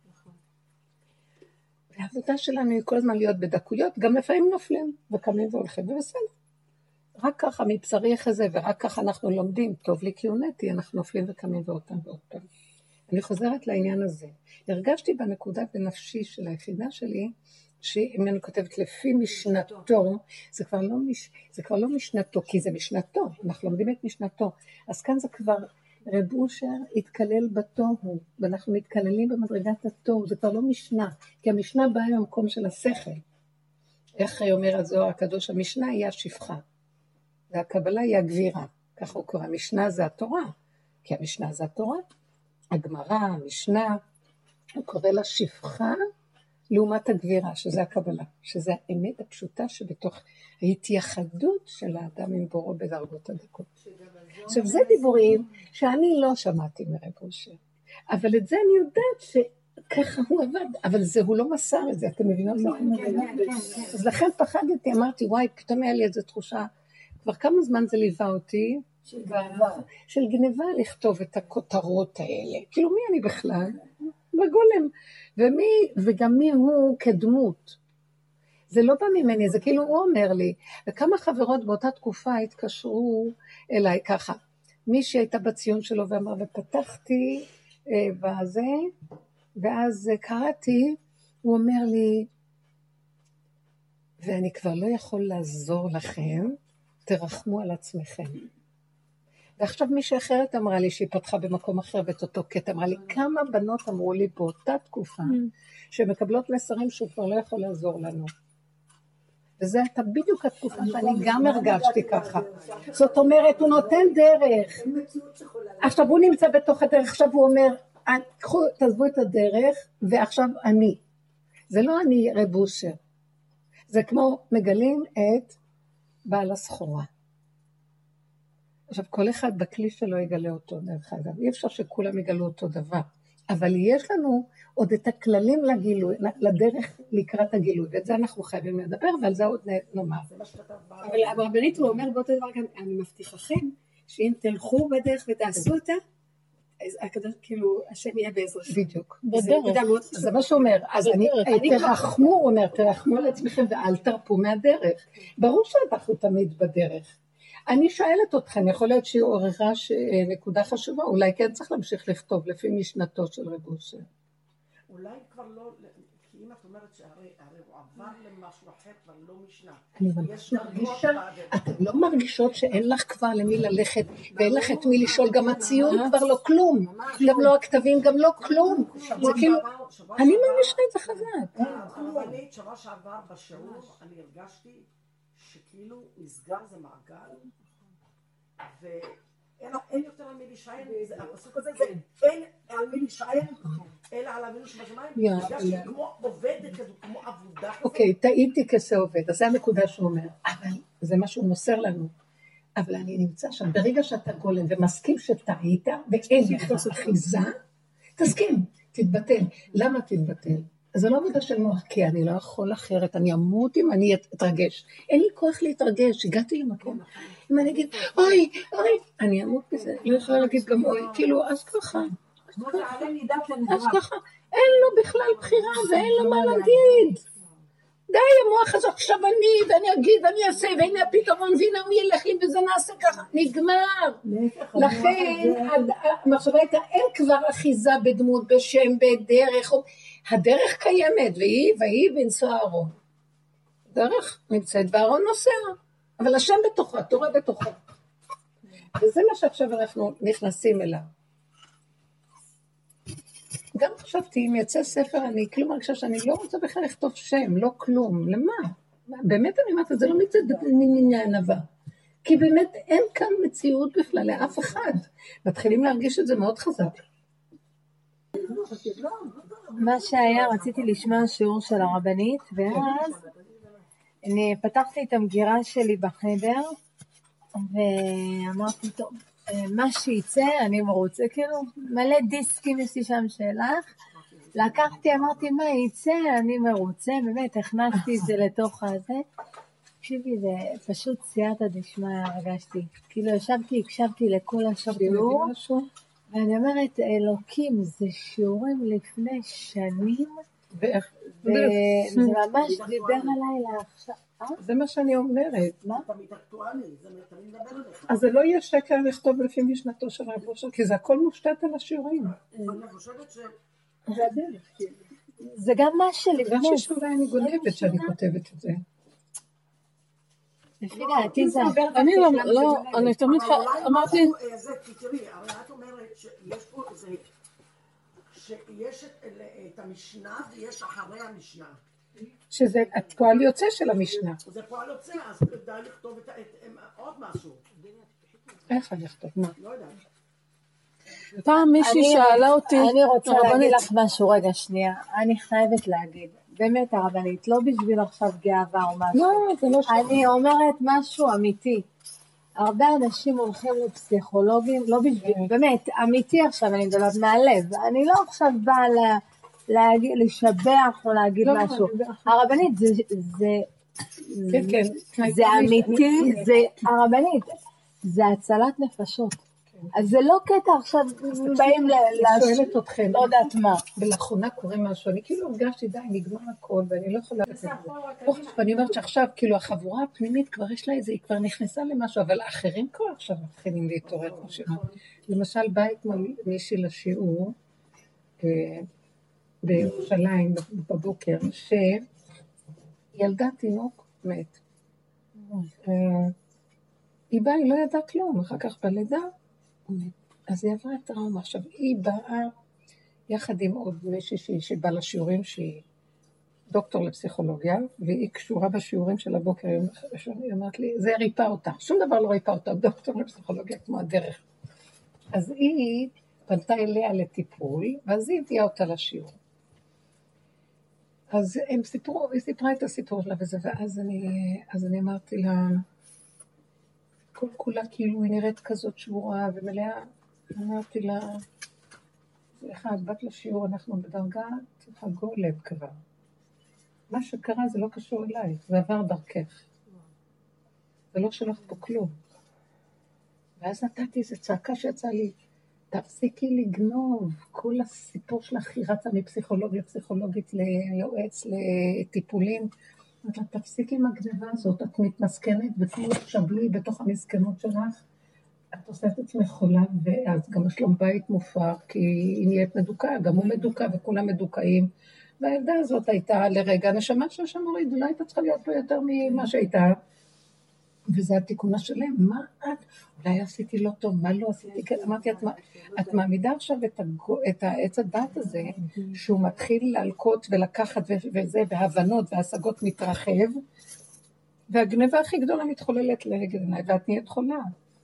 והעבודה שלנו היא כל הזמן להיות בדקויות, גם לפעמים נופלים וקמים והולכים, ובסדר. רק ככה מבשרי כזה, ורק ככה אנחנו לומדים, טוב לי כי הונתי, אנחנו נופלים וקמים ואותם ואותם. אני חוזרת לעניין הזה. הרגשתי בנקודה בנפשי של היחידה שלי, שאם אני כותבת לפי משנתו, זה כבר לא, מש... זה כבר לא משנתו, כי זה משנתו, אנחנו לומדים את משנתו. אז כאן זה כבר רב אושר התקלל בתוהו, ואנחנו מתקללים במדרגת התוהו, זה כבר לא משנה, כי המשנה באה במקום של השכל. איך אומר הזוהר הקדוש, המשנה היא השפחה, והקבלה היא הגבירה, ככה הוא קורא, המשנה זה התורה, כי המשנה זה התורה, הגמרא, המשנה, הוא קורא לה שפחה, לעומת הגבירה, שזה הקבלה, שזה האמת הפשוטה שבתוך ההתייחדות של האדם עם בורו בדרגות הדקות. עכשיו, זה דיבורים שאני לא שמעתי מרב אושר, אבל את זה אני יודעת שככה הוא עבד, אבל זה הוא לא מסר את זה, אתם מבינות? אז לכן פחדתי, אמרתי, וואי, פתאום היה לי איזו תחושה, כבר כמה זמן זה ליווה אותי, של גניבה לכתוב את הכותרות האלה, כאילו מי אני בכלל? בגולם, ומי, וגם מי הוא כדמות. זה לא בא ממני, זה כאילו הוא אומר לי, וכמה חברות באותה תקופה התקשרו אליי ככה, מי שהייתה בציון שלו ואמר, ופתחתי בזה, ואז קראתי, הוא אומר לי, ואני כבר לא יכול לעזור לכם, תרחמו על עצמכם. ועכשיו מישהי אחרת אמרה לי שהיא פתחה במקום אחר ואת אותו קטע, אמרה לי כמה בנות אמרו לי באותה תקופה שמקבלות מסרים שהוא כבר לא יכול לעזור לנו. וזה הייתה בדיוק התקופה שאני גם הרגשתי ככה. זאת אומרת, הוא נותן דרך. עכשיו הוא נמצא בתוך הדרך, עכשיו הוא אומר, קחו, תעזבו את הדרך, ועכשיו אני. זה לא אני רב אושר. זה כמו מגלים את בעל הסחורה. עכשיו, כל אחד בכלי שלו יגלה אותו, דרך אגב. אי אפשר שכולם יגלו אותו דבר. אבל יש לנו עוד את הכללים לגילוי, לדרך לקראת הגילוי, ואת זה אנחנו חייבים לדבר, ועל זה עוד נאמר. אבל הרבנית הוא אומר באותו דבר גם, אני מבטיחכם, שאם תלכו בדרך ותעשו אותה, אז הקדוש, כאילו, השם יהיה בעזרכם. בדיוק. בדרך. זה מה שהוא אומר. אז אני, תרחמו, הוא אומר, תרחמו על עצמכם ואל תרפו מהדרך. ברור שאנחנו תמיד בדרך. אני שואלת אתכם, יכול להיות שהיא עוררה נקודה חשובה, אולי כן צריך להמשיך לכתוב לפי משנתו של רב אושר. אולי כבר לא, כי אם את אומרת שהרי הוא עבר למשהו אחר, כבר לא משנה. אני מרגישה, אתם לא מרגישות שאין לך כבר למי ללכת, ואין לך את מי לשאול, גם הציון כבר לא כלום, גם לא הכתבים, גם לא כלום. זה כאילו, אני מרגישה את זה חזק. הרבנית, שבוע שעבר בשיעור, אני הרגשתי שכאילו נסגר זה מעגל, ואין יותר על מי להישען, הפסוק הזה זה אין על מי להישען, אלא על אבינו שבשמיים, הרגשתי כמו עובדת כזו, כמו עבודה כזו. אוקיי, טעיתי כסה עובד, אז זה הנקודה שהוא אומר, אבל זה מה שהוא מוסר לנו, אבל אני נמצא שם, ברגע שאתה גולם ומסכים שטעית, ואין לך אחיזה, תסכים, תתבטל. למה תתבטל? זה לא עבודה של מוח, כי אני לא יכול אחרת, אני אמות אם אני אתרגש. אין לי כוח להתרגש, הגעתי למקום. אם אני אגיד, אוי, אוי, אני אמות בזה, לא יכולה להגיד גם אוי, כאילו, אז ככה. אז ככה, אין לו בכלל בחירה ואין לו מה להגיד. די, המוח הזה עכשיו אני, ואני אגיד, ואני אעשה, והנה הפתרון, והנה הוא ילך לי, וזה נעשה ככה, נגמר. לכן, המחשבה הייתה, אין כבר אחיזה בדמות, בשם, בדרך, הדרך קיימת, והיא, והיא בנסוע אהרון. דרך נמצאת, ואהרון נוסע, אבל השם בתוכה, תורה בתוכה. וזה מה שעכשיו אנחנו נכנסים אליו. גם חשבתי, אם יצא ספר, אני כלום מרגישה שאני לא רוצה בכלל לכתוב שם, לא כלום, למה? באמת אני אומרת, זה לא מצד ענווה. כי באמת אין כאן מציאות בכלל לאף אחד. מתחילים להרגיש את זה מאוד חזק. מה שהיה, רציתי לשמוע שיעור של הרבנית, ואז אני פתחתי את המגירה שלי בחדר, ואמרתי, טוב, מה שיצא, אני מרוצה, כאילו, מלא דיסקים יש לי שם שלך, לקחתי, אמרתי, מה יצא, אני מרוצה, באמת, הכנסתי את זה לתוך הזה, תקשיבי, זה פשוט סייעתא דשמיא הרגשתי, כאילו, ישבתי, הקשבתי לכל השיעור, ואני אומרת, אלוקים, זה שיעורים לפני שנים, וזה ממש דיבר עליי לעכשיו. זה מה שאני אומרת. מה? תמיד אקטואלי, זה תמיד מדבר עליך. אז זה לא יהיה שקר לכתוב לפי משנתו של רב אושר, כי זה הכל מושתת על השיעורים. אני חושבת ש... זה הדרך. זה גם מה שלי. גם ששאולי אני גונבת שאני כותבת את זה. לפי דעתי זה... אני לא, אני תמיד אמרתי... זה, תראי, הרי את אומרת שיש פה איזה... שיש את המשנה ויש אחרי המשנה. שזה הפועל יוצא של המשנה. זה פועל יוצא, אז די לכתוב עוד משהו. איך אני אכתוב? מה? לא יודעת. פעם מישהי שאלה אותי... אני רוצה להגיד לך משהו, רגע שנייה. אני חייבת להגיד, באמת הרבנית, לא בשביל עכשיו גאווה או משהו. לא, זה לא שם. אני אומרת משהו אמיתי. הרבה אנשים הולכים לפסיכולוגים, לא בשביל, באמת, אמיתי עכשיו, אני מדברת מהלב. אני לא עכשיו באה לה... להגיד, לשבח או להגיד משהו. הרבנית, זה, זה, זה אמיתי, זה, הרבנית, זה הצלת נפשות. אז זה לא קטע עכשיו, באים לשואלת אתכם, לא יודעת מה. ולאחרונה קורה משהו, אני כאילו הרגשתי די, נגמר הכל, ואני לא יכולה... ואני אומרת שעכשיו, כאילו החבורה הפנימית כבר יש לה איזה, היא כבר נכנסה למשהו, אבל האחרים כבר עכשיו מתחילים להתעורר. למשל, בית מישהי לשיעור, בירושלים בבוקר, שילדה תינוק מת. היא באה, היא לא ידעה כלום, אחר כך בלידה, אז היא עברה את טראומה. עכשיו, היא באה יחד עם עוד מישהי שבאה לשיעורים שהיא דוקטור לפסיכולוגיה, והיא קשורה בשיעורים של הבוקר, היא אמרת לי, זה ריפא אותה, שום דבר לא ריפא אותה, דוקטור לפסיכולוגיה כמו הדרך. אז היא פנתה אליה לטיפול, ואז היא הביאה אותה לשיעור. אז הם סיפרו, היא סיפרה את הסיפור שלה וזה, ואז אני, אז אני אמרתי לה, כל כולה כאילו היא נראית כזאת שבורה ומלאה, אמרתי לה, סליחה, את בת לשיעור, אנחנו בדרגת הגולם כבר. מה שקרה זה לא קשור אליי, זה עבר דרכך. זה לא שלך פה כלום. ואז נתתי איזו צעקה שיצאה לי, תפסיקי לגנוב, כל הסיפור שלך היא רצה מפסיכולוג לפסיכולוגית, ליועץ, לטיפולים, אמרתי לה, תפסיק עם הגניבה הזאת, את מתמסכנת וכמו שבלי בתוך המסכנות שלך, את עושה את עצמך חולה, ואז גם השלום בית מופר, כי היא נהיית מדוכא, גם הוא מדוכא וכולם מדוכאים. והילדה הזאת הייתה לרגע, נשמה של שם הוריד, אולי הייתה צריכה להיות פה יותר ממה שהייתה, וזה התיקון השלם. מה את? אולי עשיתי לא טוב, מה לא עשיתי? כן, אמרתי, את, את מעמידה עכשיו את, הגו, את העץ הדת הזה, שהוא מתחיל להלקות ולקחת וזה, והבנות והשגות מתרחב, והגניבה הכי גדולה מתחוללת לרגל עיניי, ואת נהיית חולה.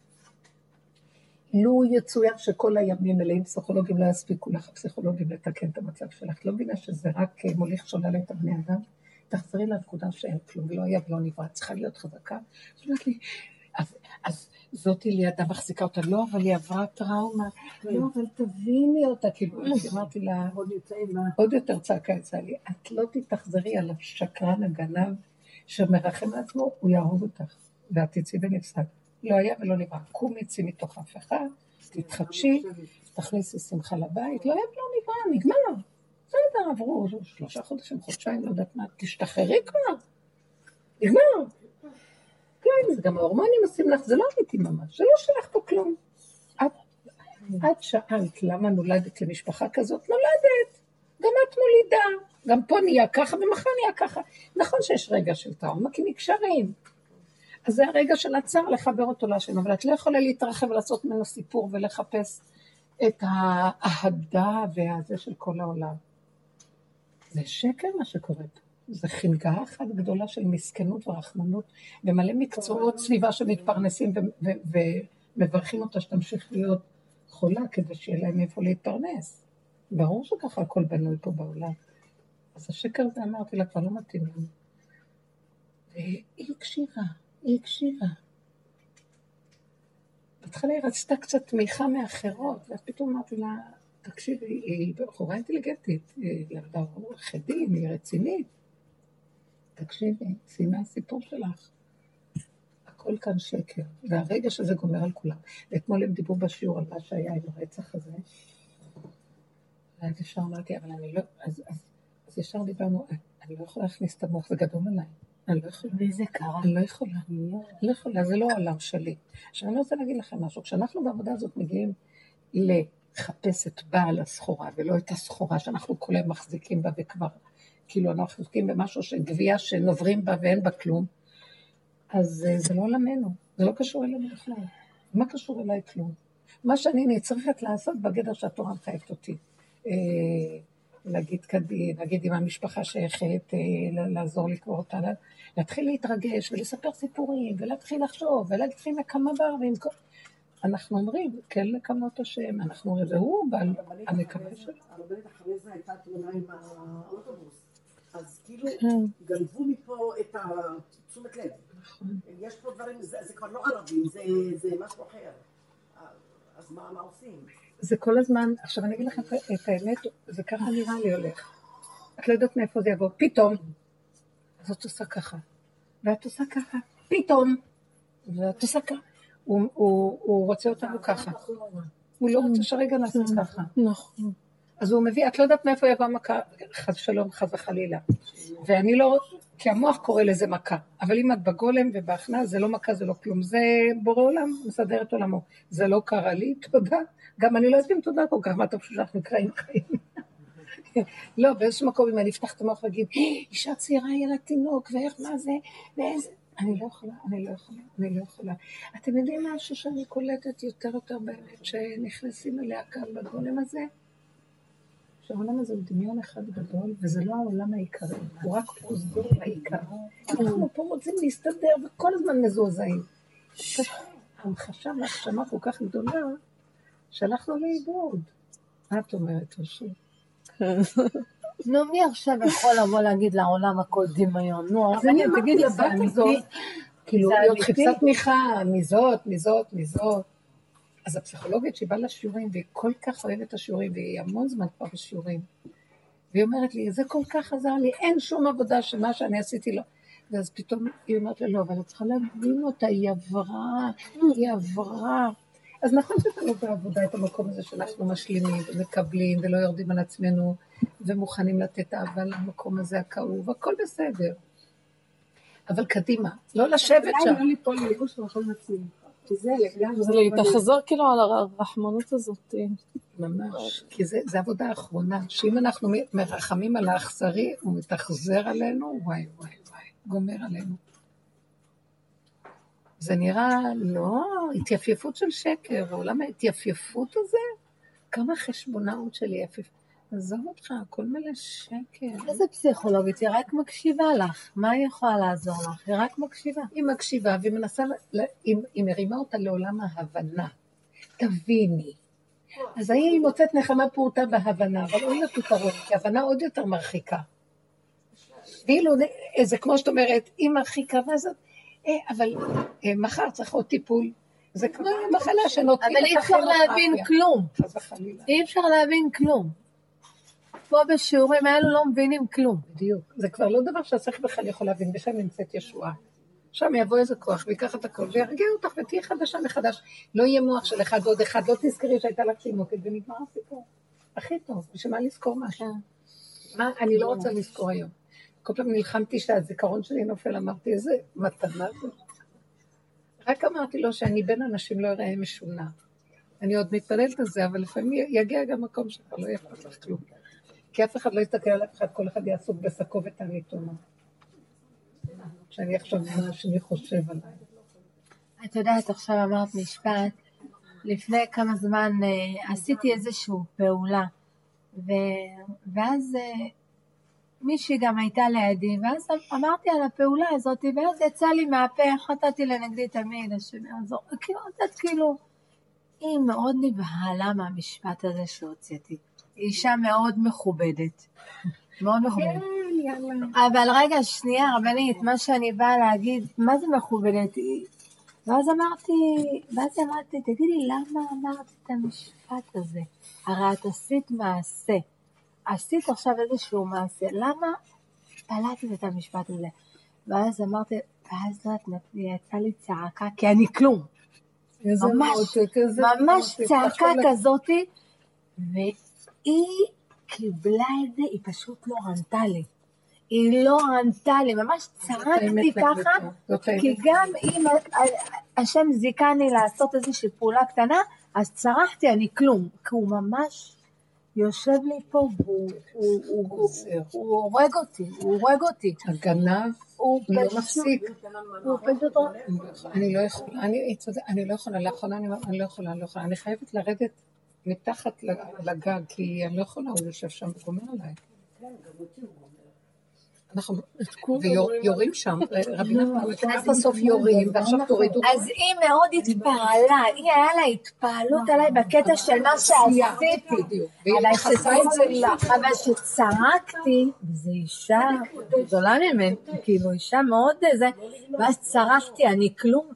לו יצויר שכל הימים מלאים פסיכולוגים לא יספיקו לך, הפסיכולוגים לתקן את המצב שלך. לא מבינה שזה רק מוליך שולל את הבני אדם. תחזרי לנקודה שאין כלום, ולא היה ולא נברא, צריכה להיות חזקה. זאת אומרת לי, אז, אז זאתי לידה מחזיקה אותה, לא, אבל היא עברה טראומה, לא, אבל תביני אותה, כאילו, אמרתי לה, עוד יותר צעקה יצא לי, את לא תתחזרי על השקרן הגנב שמרחם לעצמו, הוא יהרוג אותך, ואת תצאי ונפסק. לא היה ולא נברא, קום יצאי מתוך ההפכה, תתחדשי, תכניסי שמחה לבית, לא היה ולא נברא, נגמר. בסדר, עברו שלושה חודשים, חודשיים, לא יודעת מה, תשתחררי כבר. נגמר. כן, זה גם ההורמונים עושים לך, זה לא אמיתי ממש, זה לא שלך פה כלום. את, את שאלת למה נולדת למשפחה כזאת, נולדת. גם את מולידה, גם פה נהיה ככה ומחר נהיה ככה. נכון שיש רגע של טראומה, כי נקשרים. אז זה הרגע של הצער לחבר אותו להשם, אבל את לא יכולה להתרחב ולעשות ממנו סיפור ולחפש את האהדה והזה של כל העולם. זה שקר מה שקורה פה. זה חנגה אחת גדולה של מסכנות ורחמנות, ומלא מקצועות סביבה שמתפרנסים ומברכים אותה שתמשיך להיות חולה, כדי שיהיה להם איפה להתפרנס. ברור שככה הכל בנוי פה בעולם. אז השקר הזה אמרתי לה, כבר לא מתאים לנו. והיא הקשיבה, היא הקשיבה. בהתחלה היא רצתה קצת תמיכה מאחרות, ואז פתאום אמרתי לה, תקשיבי, היא בחורה אינטליגנטית, היא ילדה עורכת דין, היא רצינית. תקשיבי, סיימה הסיפור שלך. הכל כאן שקר, והרגע שזה גומר על כולם. ואתמול הם דיברו בשיעור על מה שהיה עם הרצח הזה. ואז ישר אמרתי, אבל אני לא, אז, אז, אז ישר דיברנו, אני לא יכולה להכניס את המוח, זה גדול עליי. אני לא יכולה. וזה קרה. אני לא יכולה. אני לא יכולה, זה לא העולם שלי. עכשיו אני רוצה להגיד לכם משהו, כשאנחנו בעבודה הזאת מגיעים לחפש את בעל הסחורה, ולא את הסחורה שאנחנו כולם מחזיקים בה וכבר, כאילו אנחנו מחזיקים במשהו שגבייה שנוברים בה ואין בה כלום, אז זה לא עולמנו, זה לא קשור אלינו בכלל. מה קשור אליי כלום? מה שאני נצטרכת לעשות בגדר שהתורה מחייבת אותי. להגיד קדי, נגיד עם המשפחה שייכת, לעזור לקרוא אותה, להתחיל להתרגש ולספר סיפורים, ולהתחיל לחשוב, ולהתחיל לקמה בערבים. אנחנו אומרים, כן לקמות השם, אנחנו אומרים, זה הוא, אבל המקווה שלו. הרבנית אחרי זה הייתה תאונה עם האוטובוס, אז כאילו גנבו מפה את תשומת לב. יש פה דברים, זה כבר לא ערבים, זה משהו אחר. אז מה עושים? זה כל הזמן, עכשיו אני אגיד לך את האמת, זה ככה נראה לי הולך. את לא יודעת מאיפה זה יבוא, פתאום. אז את עושה ככה, ואת עושה ככה, פתאום. ואת עושה ככה. הוא, הוא, הוא רוצה אותנו ככה. הוא לא רוצה שרגע נעשה ככה. נכון. אז הוא מביא, את לא יודעת מאיפה יבוא מכה, חס שלום, חס וחלילה. ואני לא, כי המוח קורא לזה מכה. אבל אם את בגולם ובהכנעה, זה לא מכה, זה לא כלום. זה בורא עולם, מסדר את עולמו. זה לא קרה לי, תודה. גם אני לא יודעת אם תודה כל כך, מה אתה חושב שאנחנו נקראים חיים? לא, באיזשהו מקום, אם אני אפתח את המוח ואגיד, אישה צעירה, יהיה לה תינוק, ואיך, מה זה, ואיזה... אני לא יכולה, אני לא יכולה, אני לא יכולה. אתם יודעים משהו שאני קולטת יותר יותר באמת, שנכנסים אליה כאן בגולם הזה? שהעולם הזה הוא דמיון אחד גדול, וזה לא העולם העיקרי, הוא רק פרוזדור העיקר. אנחנו פה רוצים להסתדר, וכל הזמן מזועזעים. המחשה והחשמה כל כך גדולה, שהלכנו לאיבוד. מה את אומרת, רשות? נו, מי עכשיו יכול לבוא להגיד לעולם הכל דמיון? נו, אז אני תגיד לבת הזאת, כאילו, להיות חיפשת תמיכה, מזאת, מזאת, מזאת. אז הפסיכולוגית שהיא באה לשיעורים, והיא כל כך אוהבת את השיעורים, והיא המון זמן כבר בשיעורים. והיא אומרת לי, זה כל כך עזר לי, אין שום עבודה שמה שאני עשיתי לו. ואז פתאום היא אומרת לי, לא, אבל את צריכה להבין אותה, היא עברה, היא עברה. אז נכון שתנו בעבודה את המקום הזה שאנחנו משלימים ומקבלים ולא יורדים על עצמנו ומוכנים לתת אהבה למקום הזה הכאוב, הכל בסדר. אבל קדימה, לא לשבת שם. אולי לא ליפול לליבוש ולאכול מצוין. זה לגמרי. זה להתאכזר כאילו על הרחמנות הזאת. ממש, כי זה, זה עבודה האחרונה, שאם אנחנו מרחמים על האכזרי, הוא מתאכזר עלינו, וואי וואי וואי, גומר עלינו. זה נראה, לא, התייפייפות של שקר, העולם ההתייפייפות הזה, כמה חשבונאות של יפיף. עזוב אותך, הכל מלא שקר. איזה פסיכולוגית, היא רק מקשיבה לך. מה היא יכולה לעזור לך? היא רק מקשיבה. היא מקשיבה, והיא מנסה, היא, היא מרימה אותה לעולם ההבנה. תביני. אז היא מוצאת נחמה פורטה בהבנה, אבל אין לה פתרון, כי הבנה עוד יותר מרחיקה. ואילו, זה כמו שאת אומרת, היא מרחיקה הזאת, אבל מחר צריך עוד טיפול. זה כמו מחלה שנותנים. אבל אי אפשר להבין כלום. אי אפשר להבין כלום. פה בשיעורים האלו לא מבינים כלום. בדיוק. זה כבר לא דבר שהשכל בכלל יכול להבין, ושם נמצאת ישועה. שם יבוא איזה כוח, ויקח את הכל, וירגיע אותך, ותהיה חדשה מחדש. לא יהיה מוח של אחד ועוד אחד, לא תזכרי שהייתה לך תינוקת, ונגמר הסיפור. הכי טוב, בשביל מה לזכור משהו? מה, אני לא רוצה לזכור היום. כל פעם נלחמתי שהזיכרון שלי נופל, אמרתי, איזה מתנה זה. רק אמרתי לו שאני בין אנשים לא אראה משונה. אני עוד מתפללת על זה, אבל לפעמים יגיע גם מקום שכבר לא יפת לך כלום. כי אף אחד לא יסתכל על אף אחד, כל אחד יעסוק בסקו ותעניתונו. שאני עכשיו מה שאני חושב עליי. את יודעת, עכשיו אמרת משפט, לפני כמה זמן אה, עשיתי איזושהי פעולה, ו... ואז אה, מישהי גם הייתה לידי, ואז אמרתי על הפעולה הזאת, ואז יצא לי מהפה, חטאתי לנגדי תמיד, השם יעזור, כאילו, את כאילו, היא מאוד נבהלה מהמשפט הזה שהוצאתי. היא אישה מאוד מכובדת, מאוד מכובדת. אבל רגע, שנייה, רבנית, מה שאני באה להגיד, מה זה מכובדת? ואז אמרתי, ואז אמרתי, תגידי, למה אמרת את המשפט הזה? הרי את עשית מעשה. עשית עכשיו איזשהו מעשה, למה פלטת את המשפט הזה? ואז אמרתי, ואז יצא לי צעקה, כי אני כלום. ממש, ממש צעקה כזאת, והיא קיבלה את זה, היא פשוט לא ענתה לי. היא לא ענתה לי, ממש צעקתי ככה, כי גם אם השם זיקני לעשות איזושהי פעולה קטנה, אז צרחתי, אני כלום, כי הוא ממש יושב לי פה, הוא הורג אותי, הוא הורג אותי. הגנב לא מפסיק. הוא פשוט... אני לא יכולה, אני לא יכולה, לאחרונה אני לא יכולה, אני חייבת לרדת מתחת לגג, כי אני לא יכולה, הוא יושב שם וגומר עליי. אנחנו יורים שם, רבי נחמן, אז בסוף יורים, ועכשיו תורידו. אז היא מאוד התפעלה, היא היה לה התפעלות עליי בקטע של מה שעשיתי. אבל שצרקתי, זו אישה גדולה ממני, כאילו אישה מאוד זה, ואז צרקתי, אני כלום.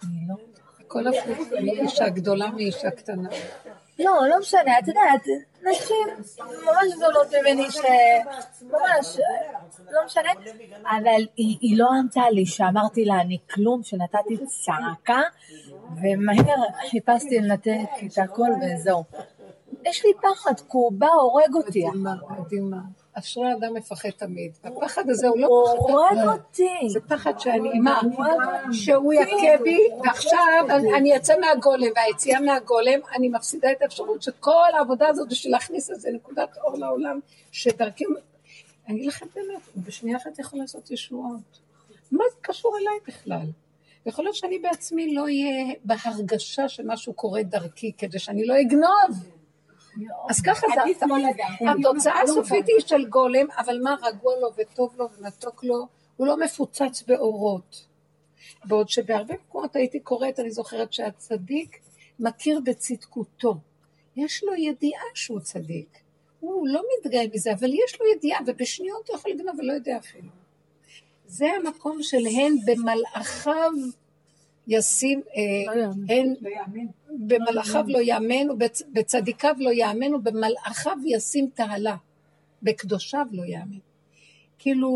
כל הפוך, אני אישה גדולה מאישה קטנה. לא, לא משנה, את יודעת, נשים ממש גדולות ממני שממש, לא משנה, אבל היא, היא לא ענתה לי שאמרתי לה אני כלום, שנתתי צעקה, ומהר חיפשתי לנתק את הכל וזהו. יש לי פחד, כי הוא בא, הורג אותי. מדהימה, מדהימה. אשרי אדם מפחד תמיד. הפחד הזה הוא לא פחד. הוא הורג אותי. זה פחד שאני, מה? שהוא יכה בי, ועכשיו אני אצא מהגולם, והיציאה מהגולם, אני מפסידה את האפשרות שכל העבודה הזאת, בשביל להכניס איזה נקודת אור לעולם, שדרכי, אני אגיד לכם באמת, בשנייה אחת יכול לעשות ישועות. מה זה קשור אליי בכלל? יכול להיות שאני בעצמי לא אהיה בהרגשה שמשהו קורה דרכי, כדי שאני לא אגנוב. אז ככה זה, התוצאה הסופית היא של גולם, אבל מה רגוע לו וטוב לו ומתוק לו, הוא לא מפוצץ באורות. בעוד שבהרבה מקומות הייתי קוראת, אני זוכרת שהצדיק מכיר בצדקותו. יש לו ידיעה שהוא צדיק. הוא לא מתגאה מזה, אבל יש לו ידיעה, ובשניות הוא יכול לגנוב ולא יודע אפילו. זה המקום של הן במלאכיו ישים, הן במלאכיו לא יאמן, ובצדיקיו לא יאמן, ובמלאכיו ישים תעלה, בקדושיו לא יאמן. כאילו,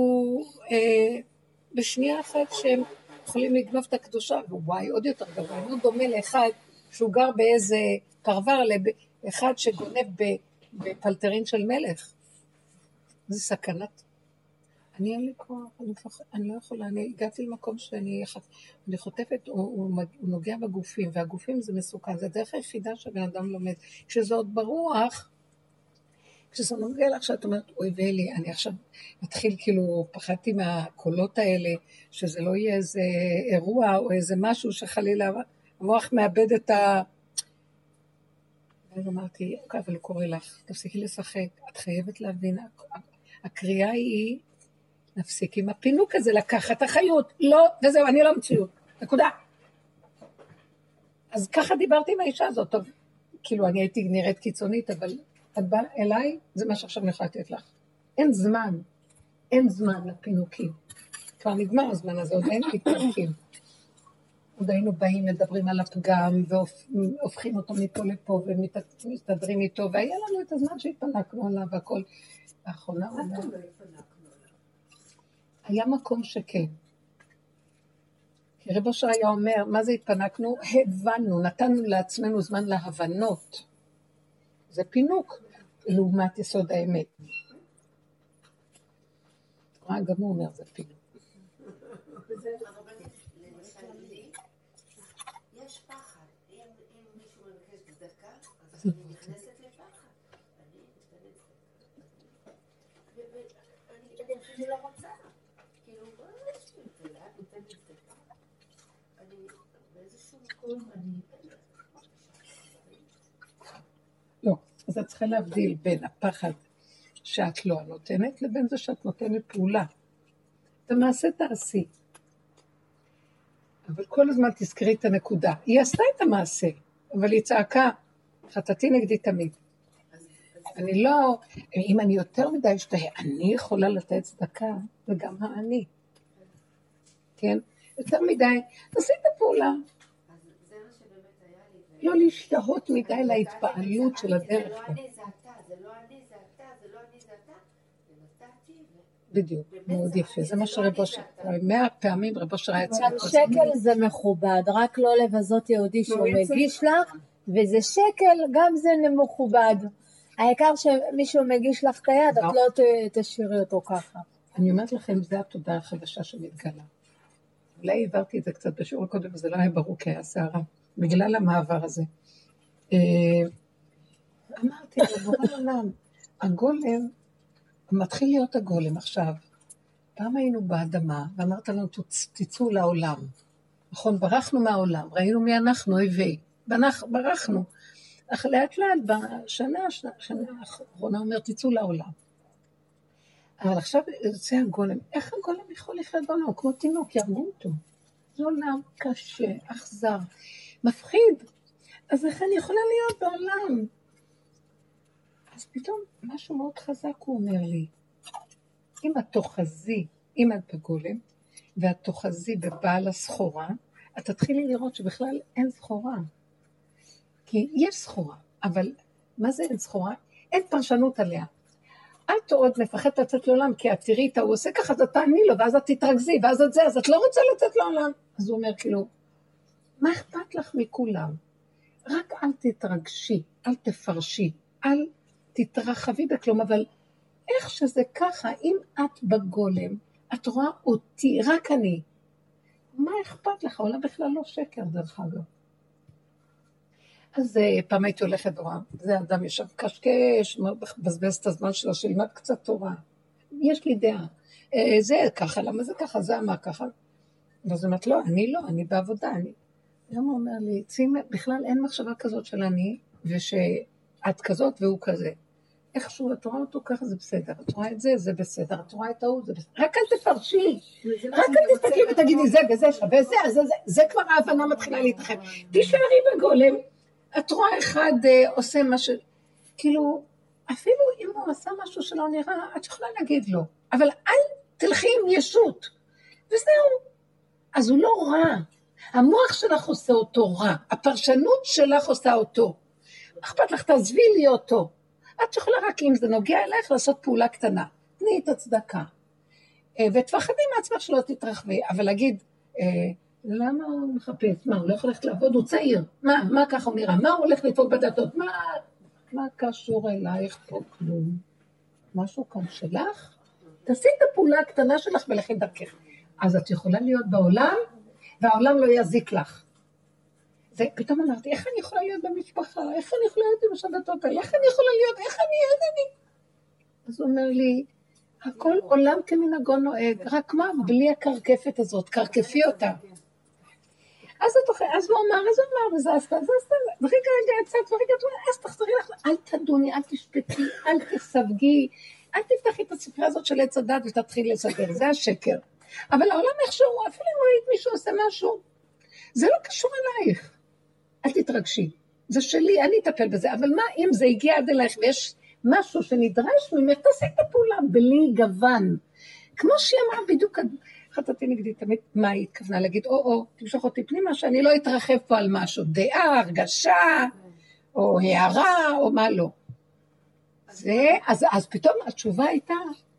בשנייה אחת שהם יכולים לגנוב את הקדושה, וואי, עוד יותר גבוה, הוא דומה לאחד שהוא גר באיזה פרבר, לאחד שגונב בפלטרין של מלך. זה סכנת. אני אין לי כוח, אני, מפח... אני לא יכולה, אני הגעתי למקום שאני אני חוטפת, הוא, הוא, הוא נוגע בגופים, והגופים זה מסוכן, זה דרך היחידה שהבן אדם לומד. כשזה עוד ברוח, כשזה נוגע לך שאת אומרת, אוי ואלי, אני עכשיו מתחיל כאילו, פחדתי מהקולות האלה, שזה לא יהיה איזה אירוע או איזה משהו שחלילה, המוח מאבד את ה... ואז אמרתי, אוקיי, אבל הוא קורא לך, תפסיקי לשחק, את חייבת להבין, הקריאה היא, נפסיק עם הפינוק הזה, לקחת אחריות, לא, וזהו, אני לא מציאות, נקודה. אז ככה דיברתי עם האישה הזאת, טוב, כאילו אני הייתי נראית קיצונית, אבל את באה אליי, זה מה שעכשיו אני יכולה לתת לך. אין זמן, אין זמן לפינוקים. כבר נגמר הזמן הזה, עוד אין פינוקים. עוד היינו באים, מדברים על הפגם, והופכים אותו מפה לפה, ומסתדרים איתו, והיה לנו את הזמן שהתפנקנו עליו, והכל. האחרונה הוא אומר, היה מקום שכן. כי רב אושר היה אומר, מה זה התפנקנו? הבנו, נתנו לעצמנו זמן להבנות. זה פינוק, לעומת יסוד האמת. מה גם הוא אומר, זה פינוק. יש פחד. אם מישהו מבקש צדקה, אז אני נכנסת לפחד. אני מתכנסת. אני לא רוצה. כאילו, בוא נשאיר את זה, את נותנת צדקה. אני, באיזשהו מקום, אני... לא, אז את צריכה להבדיל בין הפחד שאת לא נותנת, לבין זה שאת נותנת פעולה. את המעשה תעשי. אבל כל הזמן תזכרי את הנקודה. היא עשתה את המעשה, אבל היא צעקה, חטאתי נגדי תמיד. אני לא, אם אני יותר מדי אשתהה, אני יכולה לתת צדקה, וגם האני. כן? יותר מדי, תעשי את הפעולה. זה מה שבאמת היה לי. לא להשתהות מדי להתפעלות של הדרך. זה לא אני, זה אתה, זה לא אני, זה אתה, זה לא אני, זה אתה. ונתתי ו... בדיוק, מאוד יפה. זה מה שרב אושר, מאה פעמים רב אושר היה צריך. שקל זה מכובד, רק לא לבזות יהודי שהוא מגיש לך, וזה שקל, גם זה מכובד. העיקר שמישהו מגיש לך את היד, את לא תשאירי אותו ככה. אני אומרת לכם, זו התודעה החדשה שמתגלה. אולי העברתי את זה קצת בשיעור קודם, וזה לא היה ברור כי היה שערה, בגלל המעבר הזה. אמרתי, בורא עולם, הגולם, מתחיל להיות הגולם עכשיו. פעם היינו באדמה, ואמרת לנו, תצאו לעולם. נכון, ברחנו מהעולם, ראינו מי אנחנו, אויבי. ברחנו. אך לאט לאט, בשנה, השנה האחרונה אומר, תצאו לעולם. אבל עכשיו זה הגולם. איך הגולם יכול לחיות בעולם? כמו תינוק, ירגו אותו. זה עולם קשה, אכזר, מפחיד. אז איך אני יכולה להיות בעולם? אז פתאום משהו מאוד חזק הוא אומר לי, אם התוחזי, אם את בגולם, והתוחזי בבעל הסחורה, את תתחילי לראות שבכלל אין סחורה. כי יש סחורה, אבל מה זה אין סחורה? אין פרשנות עליה. את עוד מפחדת לצאת לעולם, כי את תראי את הוא עושה ככה, אז את תעני לו, ואז את תתרכזי, ואז את זה, אז את לא רוצה לצאת לעולם. אז הוא אומר כאילו, מה אכפת לך מכולם? רק אל תתרגשי, אל תפרשי, אל תתרחבי בכלום, אבל איך שזה ככה, אם את בגולם, את רואה אותי, רק אני. מה אכפת לך? עולם בכלל לא שקר, דרך אגב. אז פעם הייתי הולכת ורואה, זה אדם ישב קשקש, בזבז את הזמן שלו, שילמד קצת תורה. יש לי דעה. זה ככה, למה זה ככה, זה מה ככה. ואז אומרת, לא, אני לא, אני בעבודה. אני... היום הוא אומר לי, צימה, בכלל אין מחשבה כזאת של אני, ושאת כזאת והוא כזה. איכשהו, את רואה אותו ככה, זה בסדר. את רואה את זה, זה בסדר. את רואה את ההוא, זה בסדר. רק אל תפרשי. רק אל תסתכלי ותגידי, זה וזה שווה, זה, זה, זה. זה כבר ההבנה מתחילה להתרחב. תישארי בגולם. את רואה אחד אה, עושה משהו, כאילו, אפילו אם הוא עשה משהו שלא נראה, את יכולה להגיד לו, אבל אל תלכי עם ישות, וזהו. אז הוא לא רע. המוח שלך עושה אותו רע, הפרשנות שלך עושה אותו. אכפת לך, תעזבי לי אותו. את יכולה רק אם זה נוגע אליך לעשות פעולה קטנה. תני את הצדקה. אה, ותפחדי מעצמך שלא תתרחבי, אבל להגיד, אה, למה הוא מחפש? מה, הוא לא יכול ללכת לעבוד? הוא צעיר. מה, מה ככה הוא נראה? מה הוא הולך לדפוק בדלתות? מה, מה קשור אלייך פה כלום? משהו כאן שלך? תעשי את הפעולה הקטנה שלך ולכי דרכך. אז את יכולה להיות בעולם, והעולם לא יזיק לך. זה, פתאום אמרתי, איך אני יכולה להיות במשפחה? איך אני יכולה להיות עם השבתות האלה? איך אני יכולה להיות? איך אני, איך אני? אז הוא אומר לי, הכל עולם כמנהגו נוהג, רק מה? בלי הקרקפת הזאת, קרקפי אותה. אז הוא אמר, אז הוא אמר, וזה עשתה, זה עשתה, ורגע רגע יצאת, ורגע, אז תחזרי לך, אל תדוני, אל תשפטי, אל תסווגי, אל תפתחי את הספרה הזאת של עץ הדת ותתחיל לסדר, זה השקר. אבל העולם איכשהו, אפילו אם ראית מישהו עושה משהו, זה לא קשור אלייך. אל תתרגשי, זה שלי, אני אטפל בזה, אבל מה אם זה הגיע עד אלייך ויש משהו שנדרש ממך, תעשי את הפעולה בלי גוון. כמו שהיא אמרה בדיוק, חטאתי נגדי תמיד, מה היא התכוונה להגיד, או או, תמשוך אותי פנימה, שאני לא אתרחב פה על משהו, דעה, הרגשה, או הערה, או מה לא. זה, אז, אז פתאום התשובה הייתה,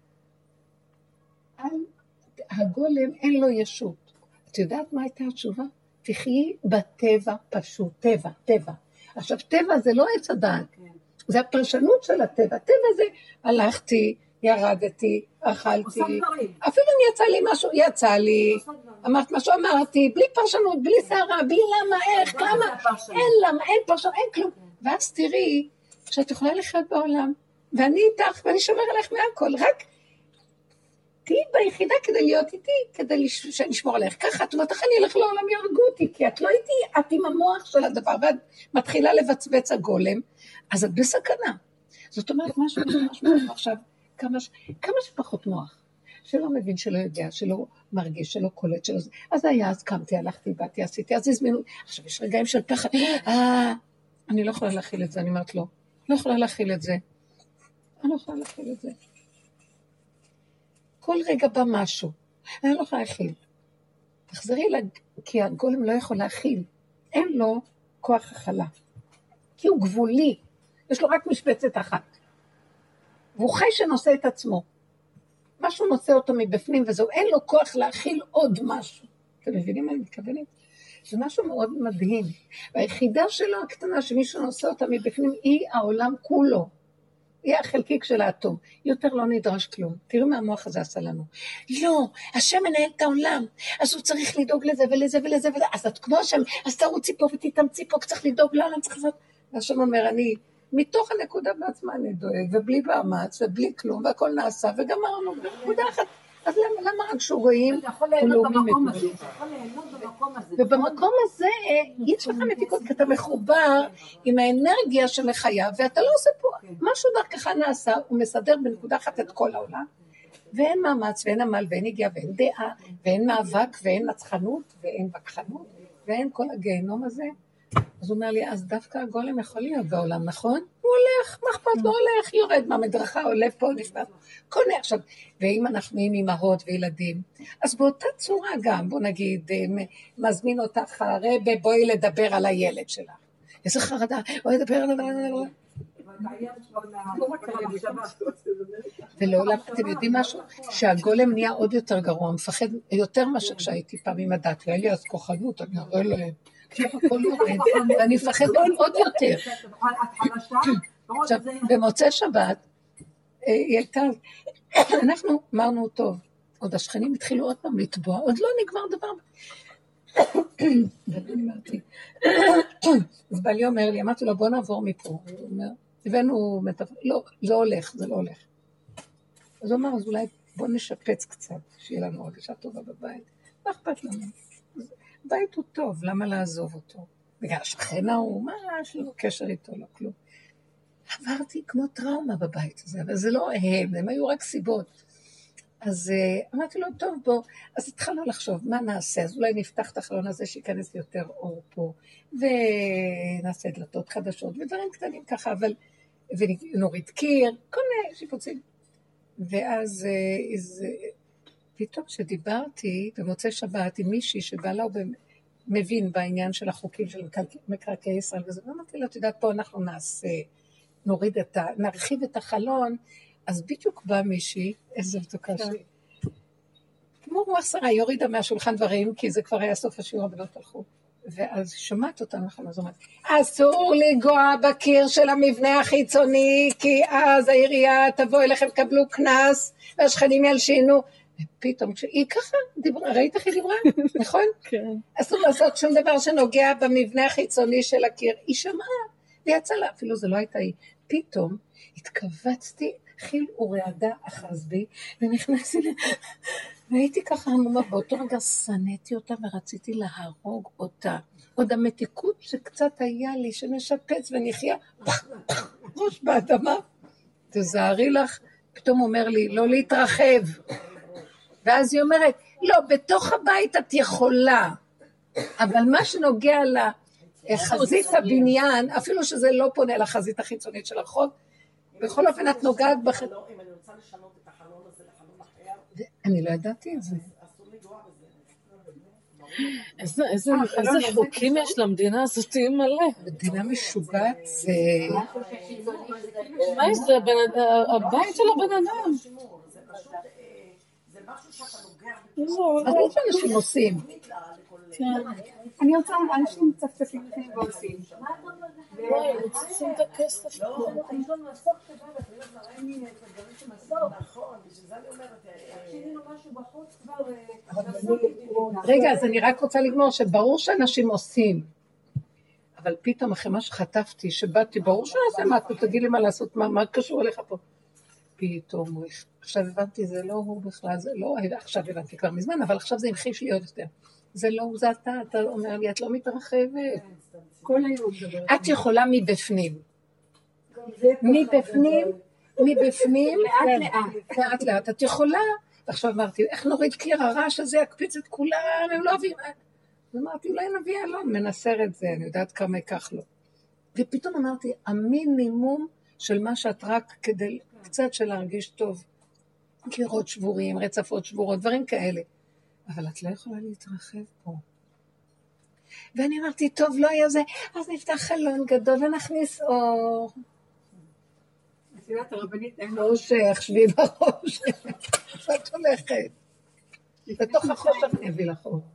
הגולם אין לו ישות. את יודעת מה הייתה התשובה? תחיי בטבע פשוט, טבע, טבע. עכשיו, טבע זה לא עץ הדעת, זה הפרשנות של הטבע. טבע זה, הלכתי, ירדתי, אכלתי, אפילו אם יצא לי משהו, יצא לי, אמרת משהו, אמרתי, בלי פרשנות, בלי שערה, בלי למה, איך, כמה, אין למה, אין פרשנות, אין כלום. ואז תראי שאת יכולה לחיות בעולם, ואני איתך, ואני שומר עליך מהכל, רק תהי ביחידה כדי להיות איתי, כדי שנשמור עליך. ככה, את אומרת, איך אני אלך לעולם יהרגו אותי, כי את לא איתי, את עם המוח של הדבר, ואת מתחילה לבצבץ הגולם, אז את בסכנה. זאת אומרת, משהו, משהו, משהו, עכשיו, כמה, כמה שפחות מוח, שלא מבין, שלא יודע, שלא מרגיש, שלא קולט, שלא... אז היה, אז קמתי, הלכתי, באתי, עשיתי, אז הזמינו, עכשיו יש רגעים של פחד, אה, אני לא יכולה להכיל את זה, אני אומרת לא, לא יכולה להכיל את זה, אני לא יכולה להכיל את זה. כל רגע בא משהו, אני לא יכולה להכיל. תחזרי לה, כי הגולם לא יכול להכיל, אין לו כוח הכלה, כי הוא גבולי, יש לו רק משבצת אחת. והוא חי שנושא את עצמו. משהו נושא אותו מבפנים, וזהו, אין לו כוח להכיל עוד משהו. אתם מבינים מה אני מתכוונת? זה משהו מאוד מדהים. והיחידה שלו הקטנה, שמישהו נושא אותה מבפנים, היא העולם כולו. היא החלקיק של האטום. יותר לא נדרש כלום. תראו מה המוח הזה עשה לנו. לא, השם מנהל את העולם, אז הוא צריך לדאוג לזה ולזה ולזה ולזה. אז את כמו השם, אז תרוצי פה ותתאמצי פה, צריך לדאוג לעולם, צריך לעשות. והשם אומר, אני... מתוך הנקודה בעצמה אני דואג, ובלי מאמץ, ובלי כלום, והכל נעשה, וגמרנו, בנקודה אחת. אז למה, למה רק שרואים? אתה יכול ליהנות במקום הזה, אתה יכול ליהנות במקום הזה. ובמקום הזה, יש לך מתיקות, כי אתה מחובר עם האנרגיה של החיה, ואתה לא עושה פה, משהו דרכך נעשה, הוא מסדר בנקודה אחת את כל העולם, ואין מאמץ, ואין עמל, ואין הגיעה, ואין דעה, ואין מאבק, ואין נצחנות, ואין וכחנות, ואין כל הגיהנום הזה. אז הוא אומר לי, אז דווקא הגולם יכול להיות בעולם, נכון? הוא הולך, מה אכפת לו הולך, יורד מהמדרכה, עולה פה, נפרד, קונה עכשיו. ואם אנחנו עם אמהות וילדים, אז באותה צורה גם, בוא נגיד, מזמין אותך הרבה, בואי לדבר על הילד שלך. איזה חרדה, בואי לדבר על הילד. ולעולם, אתם יודעים משהו? שהגולם נהיה עוד יותר גרוע, מפחד יותר מאשר כשהייתי פעם עם הדת, והיה לי אז כוחנות, אני אראה להם. הכל יורד, ואני מפחד עוד יותר. עכשיו, במוצאי שבת, היא הייתה, אנחנו אמרנו טוב, עוד השכנים התחילו עוד פעם לטבוע, עוד לא נגמר דבר. ואני אמרתי, אז בעלי אומר לי, אמרתי לו, בוא נעבור מפה. הוא אומר, הבאנו, לא, זה הולך, זה לא הולך. אז הוא אמר, אז אולי בוא נשפץ קצת, שיהיה לנו הרגשה טובה בבית. מה אכפת לנו? בית הוא טוב, למה לעזוב אותו? בגלל השכן ההוא, מה יש לו קשר איתו, לא כלום. עברתי כמו טראומה בבית הזה, אבל זה לא הם, הם היו רק סיבות. אז uh, אמרתי לו, טוב בוא, אז התחלנו לחשוב, מה נעשה? אז אולי נפתח את החלון הזה שיכנס יותר אור פה, ונעשה דלתות חדשות, ודברים קטנים ככה, אבל, ונוריד קיר, כל מיני שיפוצים. ואז uh, איזה... פתאום שדיברתי במוצאי שבת עם מישהי שבעלה הוא מבין בעניין של החוקים של מקרקעי ישראל, וזה אמרתי לה, את יודעת, פה אנחנו נעשה, נוריד את ה... נרחיב את החלון, אז בדיוק בא מישהי, איזה מתוקה שהיא, כמו רוח שרה, היא הורידה מהשולחן דברים, כי זה כבר היה סוף השיעור, הבנות הלכו. ואז שמעת אותה נכון, אז אומרת, אסור לגוע בקיר של המבנה החיצוני, כי אז העירייה תבוא אליכם, קבלו כנס, והשכנים ילשינו. ופתאום, היא ככה דיברה, ראית איך היא דיברה? נכון? כן. אסור לעשות שום דבר שנוגע במבנה החיצוני של הקיר. היא שמעה, ויצא לה, אפילו זה לא הייתה היא. פתאום התכווצתי, חיל ורעדה אחז בי, ונכנסתי ל... והייתי ככה עמומה, באותו רגע שנאתי אותה ורציתי להרוג אותה. עוד המתיקות שקצת היה לי, שנשפץ ונחיה, ראש באדמה. תזהרי לך, פתאום אומר לי, לא להתרחב. ואז היא אומרת, לא, בתוך הבית את יכולה, אבל מה שנוגע לחזית הבניין, אפילו שזה לא פונה לחזית החיצונית של הרחוב, בכל אופן את נוגעת בח... אם אני רוצה לשנות את החלון הזה לחלון אחר, אני לא ידעתי את זה. אסור לגוע איזה בזה. איזה חוקים יש למדינה הזאת, היא מלא. מדינה משוגעת זה... מה יש זה? הבית של הבן אדם. זה משהו שאתה נוגע אז לא שאנשים עושים. אני רוצה, אנשים מצפצפים לפני ועושים. וואי, הם צריכים את הכסף. יש לנו מסוך שבא, ואתה יודעת, מראה לי את הדברים של מסוך. נכון, בשביל זה אני אומרת... שינינו משהו בחוץ כבר... רגע, אז אני רק רוצה לגמור שברור שאנשים עושים, אבל פתאום אחרי מה שחטפתי, שבאתי, ברור שנעשה מה, אתה תגיד לי מה לעשות, מה קשור אליך פה? פתאום, עכשיו הבנתי, זה לא הוא בכלל, זה לא, עכשיו הבנתי כבר מזמן, אבל עכשיו זה המחיש לי עוד יותר. זה לא הוא, זה אתה, אתה אומר לי, את לא מתרחבת. כל היום מדברת. את יכולה מבפנים. מבפנים, מבפנים, לאט לאט. לאט לאט, את יכולה. ועכשיו אמרתי, איך נוריד קיר הרעש הזה, יקפיץ את כולם, הם לא אוהבים. אז אמרתי, אולי נביא אלון, מנסר את זה, אני יודעת כמה ייקח לו. ופתאום אמרתי, המינימום של מה שאת רק כדי קצת של להרגיש טוב, קירות שבורים, רצפות שבורות, דברים כאלה. אבל את לא יכולה להתרחב פה. ואני אמרתי, טוב, לא היה זה, אז נפתח חלון גדול ונכניס אור. את יודעת, הרבנית, אין לא שייך, שבי בראש. שאת הולכת. בתוך החושך נביא לך אור.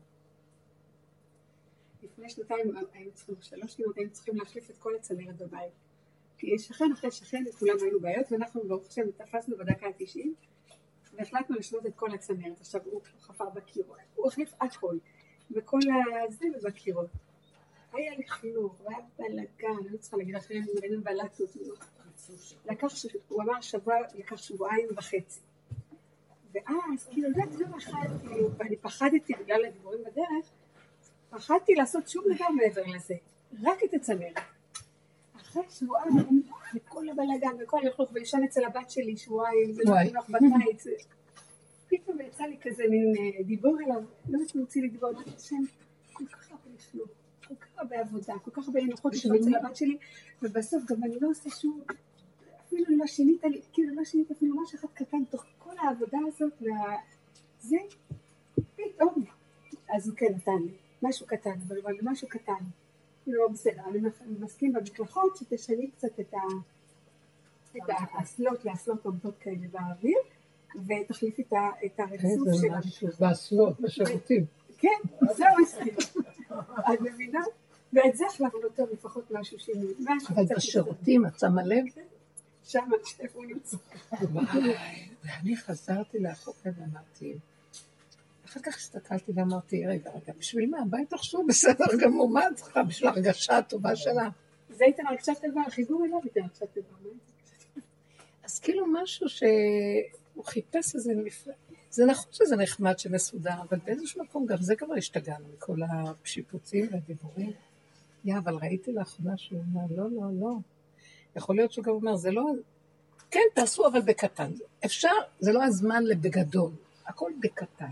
לפני שנתיים היינו צריכים, שלוש שנים היינו צריכים להחליף את כל הצנרת בבית. כי שכן אחרי שכן, כולם היינו בעיות, ואנחנו ברוך השם תפסנו בדקה ה-תשעים, והחלטנו לשנות את כל הצנרת. עכשיו הוא חפר בקירות, הוא החליף הכל, וכל הזה ובקירות. היה לי חינוך, והיה בלגן, אני לא צריכה להגיד אחרים, מראים בלטות. לקח, הוא אמר שבוע, לקח שבועיים וחצי. ואז, כאילו, לא יודעת, לא אכלתי, ואני פחדתי בגלל הדיבורים בדרך, פחדתי לעשות שום דבר מעבר לזה, רק את הצנרת. אחרי שבועיים, וכל הבלגן, וכל הלכלוך, וישן אצל הבת שלי שבועיים, ולכלוך בקיץ. פתאום יצא לי כזה מין דיבור אליו, לא יודעת מוציא לי דיבור, אמרתי השם, כל כך הרבה לכלוך, כל כך הרבה עבודה, כל כך הרבה נוחות לשבת אצל הבת שלי, ובסוף גם אני לא עושה שום, אפילו לא שינית לי, כאילו לא שינית אפילו משהו אחד קטן, תוך כל העבודה הזאת, וזה, פתאום, אז הוא כן נתן לי, משהו קטן, אבל משהו קטן. לא בסדר, אני מסכים במקלחות שתשני קצת את האסלות, לאסלות עומדות כאלה באוויר, ותחליפי את הרצוף של המקלחות. באסלות, בשירותים. כן, זהו מסכים. את מבינה? ואת זה החלפנו טוב, לפחות משהו שני. אבל בשירותים, את שמה לב? שם, איפה הוא נמצא. ואני חזרתי לאחורי ואמרתי, אחר כך הסתכלתי ואמרתי, רגע, רגע, בשביל מה? הבית תחשוב בסדר גמור, מה את צריכה? בשביל הרגשה הטובה שלה. זה הייתה הרגשת טובה, החיבור אליו הייתה הרגשת טובה. אז כאילו משהו שהוא חיפש איזה נפלא. זה נכון שזה נחמד שמסודר, אבל באיזשהו מקום גם זה כבר השתגענו מכל השיפוצים והדיבורים. יא, אבל ראיתי לאחרונה שהוא אומר, לא, לא, לא. יכול להיות שהוא גם אומר, זה לא... כן, תעשו, אבל בקטן. אפשר, זה לא הזמן לבגדול. הכל בקטן.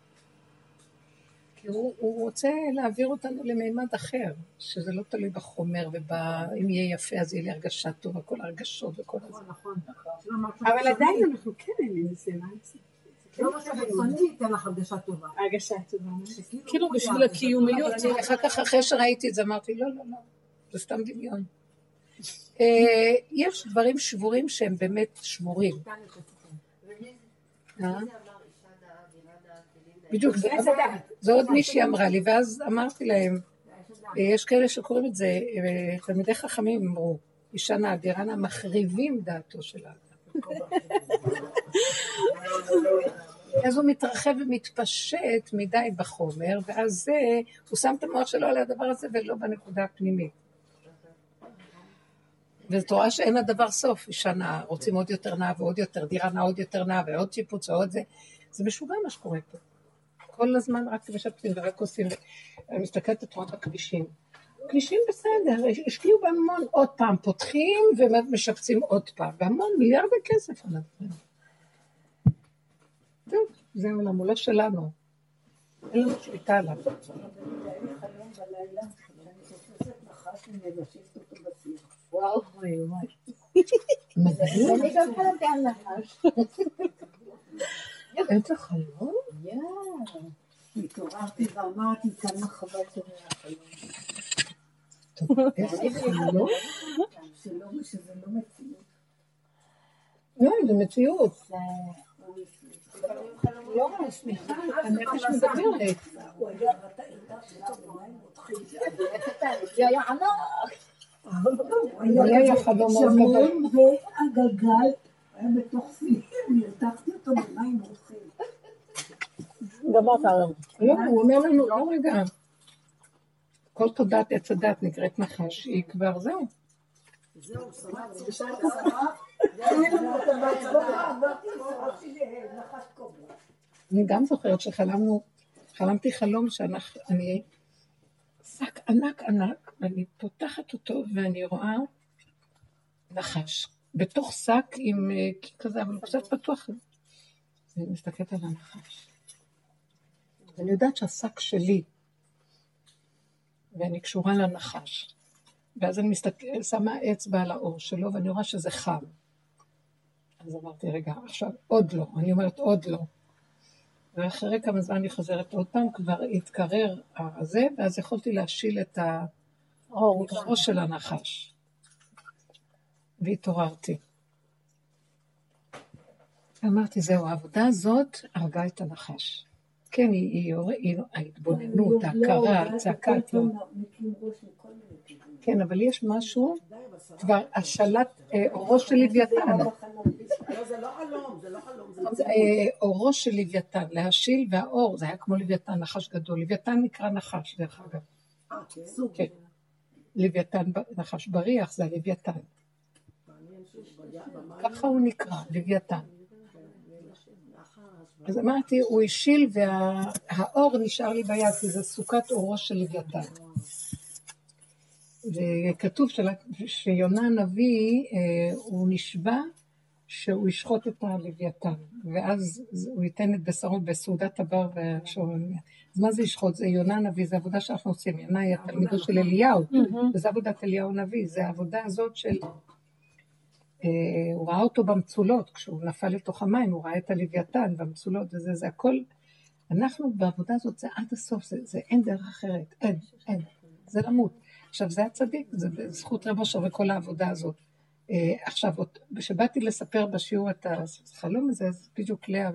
כי הוא, הוא רוצה להעביר אותנו למימד אחר, שזה לא תלוי בחומר, ואם יהיה יפה אז יהיה לי הרגשה טובה, כל הרגשות וכל הזה. נכון, נכון. אבל עדיין אנחנו כן אין לזה, מה זה? לא מה שחיצוני ייתן לך הרגשה טובה. הרגשה טובה. כאילו בשביל הקיומיות. אחר כך אחרי שראיתי את זה אמרתי, לא, לא, לא, זה סתם דמיון. יש דברים שבורים שהם באמת שבורים. בדיוק, זה עוד מישהי אמרה לי, ואז אמרתי להם, יש כאלה שקוראים את זה, תלמידי חכמים אמרו, אישה נאה דירה נאה מחריבים דעתו של האדם. אז הוא מתרחב ומתפשט מדי בחומר, ואז זה, הוא שם את המוח שלו על הדבר הזה ולא בנקודה הפנימית. וזאת רואה שאין הדבר סוף, אישה נאה, רוצים עוד יותר נאה ועוד יותר, דירה נאה עוד יותר נאה ועוד שיפוץ ועוד זה. זה משוגע מה שקורה פה. כל הזמן רק משפצים ורק עושים. אני מסתכלת את רואה בכבישים. כבישים בסדר, השקיעו בהמון עוד פעם, פותחים ומשפצים עוד פעם, והמון מיליארדי כסף על הדברים. טוב, זה עולם, הוא לא שלנו. אין לנו שליטה עליו. היה לי חלום בלילה, שאני תופסת נחש ומבשלת אותו בסיר. וואו, וואי, וואי. מדהים. אני גם חלמתי על נחש. איזה חלום? יאה. התעוררתי ואמרתי כמה חבל שזה החלום. איזה חלום? שלא, שזה לא מציאות. לא, זה מציאות. לא, סליחה, הנפש מדברת. הוא היה רתה איתה שלו במים מותחים. זה היה ענק. הוא היה חלום מאוד גדול. שמן והגלגל היה בתוך סיר, נרתחתי אותו במים מותחים. גמרת עליו. לא, הוא אומר לנו, לא רגע. כל תודעת עץ הדת נקראת נחש, היא כבר זהו. זהו, שרה, זה בשעה בשעה שרה, אני גם זוכרת שחלמנו, חלמתי חלום שאני, שק ענק ענק, ואני פותחת אותו ואני רואה נחש, בתוך שק עם כזה, אבל קצת פתוח. אני מסתכלת על הנחש. ואני יודעת שהשק שלי, ואני קשורה לנחש. ואז אני מסתכל, שמה אצבע על האור שלו, ואני רואה שזה חם. אז אמרתי, רגע, עכשיו עוד לא. אני אומרת, עוד לא. ואחרי כמה זמן אני חוזרת עוד פעם, כבר התקרר הזה, ואז יכולתי להשיל את הראש של הנחש. והתעוררתי. אמרתי, זהו, העבודה הזאת הרגה את הנחש. כן, היא ההתבוננות, ההכרה, הצעקה. כן, אבל יש משהו, כבר השלט, אורו של לוויתן. לא, זה לא חלום, זה לא חלום. אורו של לוויתן, להשיל והאור, זה היה כמו לוויתן, נחש גדול. לוויתן נקרא נחש, דרך אגב. כן. לוויתן, נחש בריח, זה הלוויתן. ככה הוא נקרא, לוויתן. אז אמרתי, הוא השיל והאור נשאר לי ביד, כי זה סוכת אורו של לוויתן. וכתוב שיונה הנביא, הוא נשבע שהוא ישחוט את הלוויתן, ואז הוא ייתן את בשרו בסעודת הבר והשורון. אז מה זה ישחוט? זה יונה הנביא, זה עבודה שאנחנו עושים. יונה היא התלמידו של אליהו, וזה עבודת אליהו הנביא, זה העבודה הזאת של... הוא ראה אותו במצולות, כשהוא נפל לתוך המים, הוא ראה את הלוויתן במצולות, וזה זה הכל. אנחנו בעבודה הזאת, זה עד הסוף, זה, זה אין דרך אחרת, אין, אין, זה למות. עכשיו, זה הצדיק, זה זכות רב אושר וכל העבודה הזאת. עכשיו, כשבאתי לספר בשיעור את החלום הזה, אז בדיוק לאה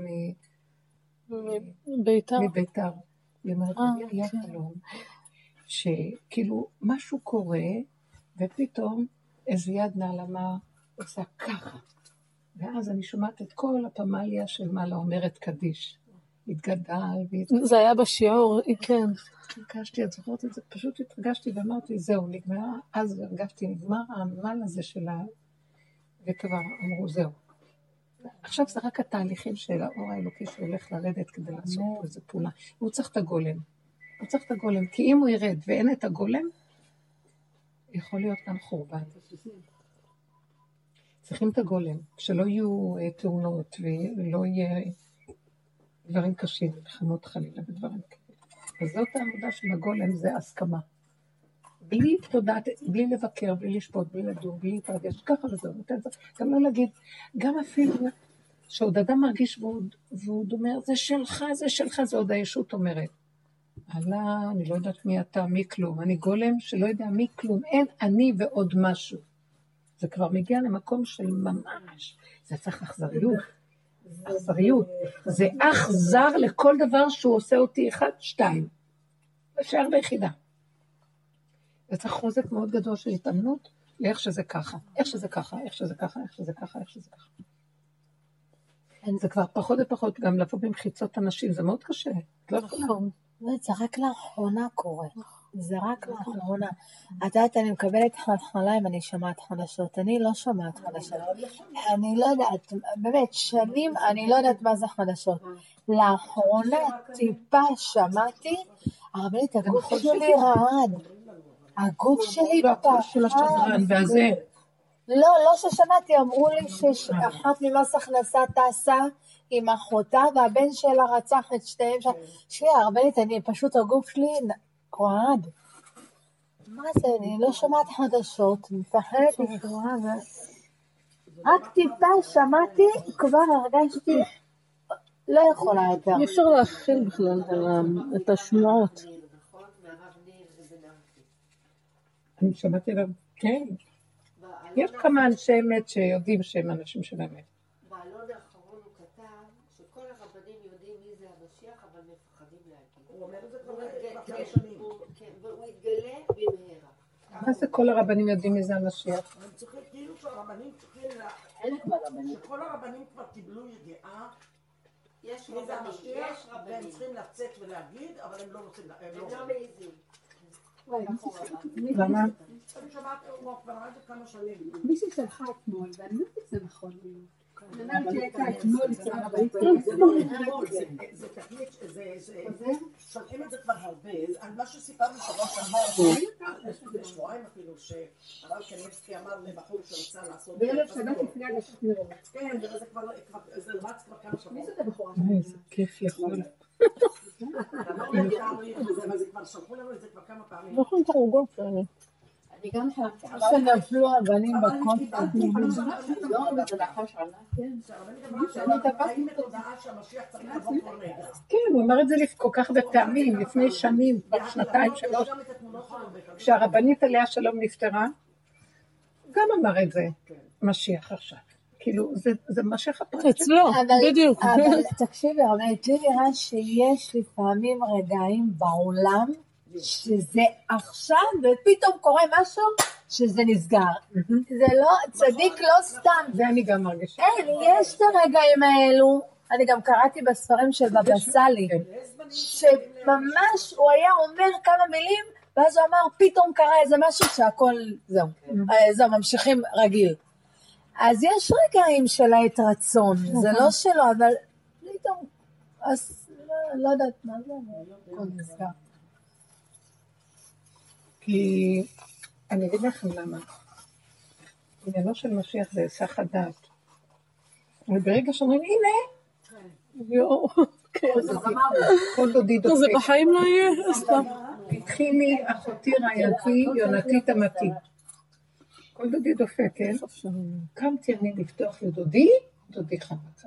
מביתר. מביתר. היא אומרת, היה חלום, שכאילו משהו קורה, ופתאום איזו יד נעלמה עושה ככה. ואז אני שומעת את כל הפמליה של מעלה אומרת קדיש. התגדל והתגדל. זה היה בשיעור, כן. התרגשתי, את זוכרת את זה, פשוט התרגשתי ואמרתי, זהו, נגמר, אז הרגשתי, נגמר העמל הזה שלה, וכבר אמרו, זהו. עכשיו זה רק התהליכים של האור האלוקי שהולך לרדת כדי לעשות פה איזו פעולה. הוא צריך את הגולם. הוא צריך את הגולם, כי אם הוא ירד ואין את הגולם, יכול להיות כאן חורבן. צריכים את הגולם, שלא יהיו תאונות ולא יהיה דברים קשים, חנות חלילה ודברים כאלה. אז זאת העבודה של הגולם, זה הסכמה. בלי תודעת, בלי לבקר, בלי לשפוט, בלי לדור, בלי להתרגש, ככה וזהו. גם לא להגיד, גם אפילו שעוד אדם מרגיש והוא אומר, זה שלך, זה שלך, זה עוד הישות אומרת. עלה, אני לא יודעת מי אתה, מי כלום. אני גולם שלא יודע מי כלום. אין אני ועוד משהו. זה כבר מגיע למקום של ממש. זה צריך אכזריות. אכזריות. זה אכזר לכל דבר שהוא עושה אותי אחד, שתיים. אפשר ביחידה. וצריך חוזק מאוד גדול של התאמנות, לאיך שזה ככה, איך שזה ככה, איך שזה ככה, איך שזה ככה, איך שזה ככה. זה כבר פחות ופחות, גם לבוא במחיצות אנשים, זה מאוד קשה. לא נכון. זה רק לאחרונה קורה. זה רק לאחרונה. את יודעת, אני מקבלת חלחלה אם אני שומעת חדשות. אני לא שומעת חדשות. אני לא יודעת, באמת, שנים אני לא יודעת מה זה חדשות. לאחרונה טיפה שמעתי, הרבנית, הגוף שלי רעד. הגוף שלי פחד. לא, לא ששמעתי, אמרו לי שאחת ממס הכנסה טסה עם אחותה, והבן שלה רצח את שתיהם שם. שנייה, הרבנית, אני פשוט, הגוף שלי רועד. מה זה, אני לא שומעת חדשות, מפחדת לשמוע, רק טיפה שמעתי, כבר הרגשתי, לא יכולה יותר. אי אפשר להכיל בכלל את השמועות. אני שמעתי עליו, כן. יש כמה אנשי אמת שיודעים שהם אנשים של אמת. בעלון האחרון הוא כתב שכל הרבנים יודעים מי זה המשיח, אבל מפחדים להגיד. הוא אומר את זה כבר כמה שנים. והוא יתגלה במהרה. מה זה כל הרבנים יודעים מי זה המשיח? הם צריכים, כאילו שהרבנים צריכים, שכל הרבנים כבר קיבלו ידיעה יש מי זה רבנים, המשיח, יש רבנים. והם צריכים לצאת ולהגיד, אבל הם לא רוצים, הם הם לא לא מעיזים. למה? אני שמעת, הוא כבר אמר את זה כמה שנים. מישהי שלחה אתמול, ואני לא יודעת שזה נכון. אני אומרת שהייתה אתמול אצל הרבנית. זה לא אתמול, זה תקליט, זה... שולחים את זה כבר הרבה. על מה שסיפרנו שבוע שעבר, לפני שבועיים אפילו, שהרב קניבסקי אמר לבחור שרצה לעשות... בערב שבת לפני הגשת נרות. כן, זה כבר, זה רץ כבר כמה שבוע. מי זאת הבחורה? איזה כיף יכול. זה כבר שלחו לנו את זה כבר כמה פעמים. לא יכולים את הרוגות כאלה. אני גם חייבתי. שנפלו הבנים בקונפלט. לא, אבל זה לאחר שעלה, כן. האם בתודעה שהמשיח צריך לבוא כל רגע. כן, הוא אמר את זה כל כך הרבה פעמים, לפני שנים, כבר שנתיים, שלוש. כשהרבנית עליה שלום נפטרה, גם אמר את זה, משיח עכשיו. כאילו, זה משיח הפרט. אצלו, בדיוק. אבל תקשיבי, אבל לי נראה שיש לפעמים רגעים בעולם, שזה עכשיו, ופתאום קורה משהו, שזה נסגר. זה לא, צדיק לא סתם. זה אני גם מרגישה. אין, יש את הרגעים האלו, אני גם קראתי בספרים של בבא סאלי, שממש הוא היה אומר כמה מילים, ואז הוא אמר, פתאום קרה איזה משהו שהכל, זהו, זהו, ממשיכים רגיל. אז יש רגעים של העת רצון, זה לא שלו, אבל פתאום, אז לא יודעת מה זה, הכל נסגר. כי אני אגיד לכם למה. עניינו של משיח זה היסח הדעת. וברגע שאומרים, הנה, יואו, כל דודי דופק. זה בחיים לא יהיה, סתם. התחילי אחותי רעייתי, יונתי תמתי. כל דודי דופק, כן? קמתי אני לפתוח לדודי, דודי חם בצבא.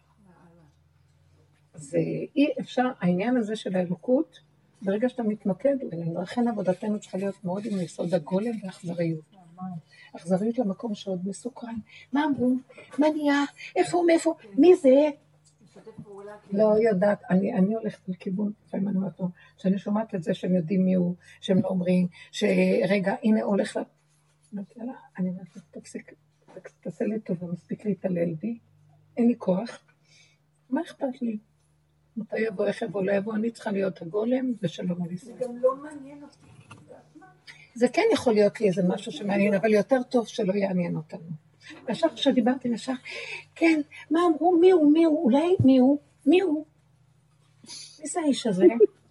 אז אי אפשר, העניין הזה של האלוקות, ברגע שאתה מתמקד, לכן עבודתנו צריכה להיות מאוד עם יסוד הגולם והאכזריות. אכזריות למקום שעוד מסוכן. מה אמרו? מה נהיה? איפה, מאיפה? מי זה? לא יודעת, אני הולכת לכיוון, לפעמים אני אומרת לו, שאני שומעת את זה שהם יודעים מי הוא, שהם לא אומרים, שרגע, הנה הולך לה... אני אומרת, תפסיק, תעשה לי טוב, מספיק להתעלל בי, אין לי כוח. מה אכפת לי? מתי יבוא, איך יבוא, לא יבוא, אני צריכה להיות הגולם, ושלום על ישראל. זה גם לא מעניין אותי. זה כן יכול להיות לי איזה משהו שמעניין, אבל יותר טוב שלא יעניין אותנו. ועכשיו כשדיברתי נשאר, כן, מה אמרו, מי הוא, מי הוא, אולי מי הוא, מי הוא? מי זה האיש הזה?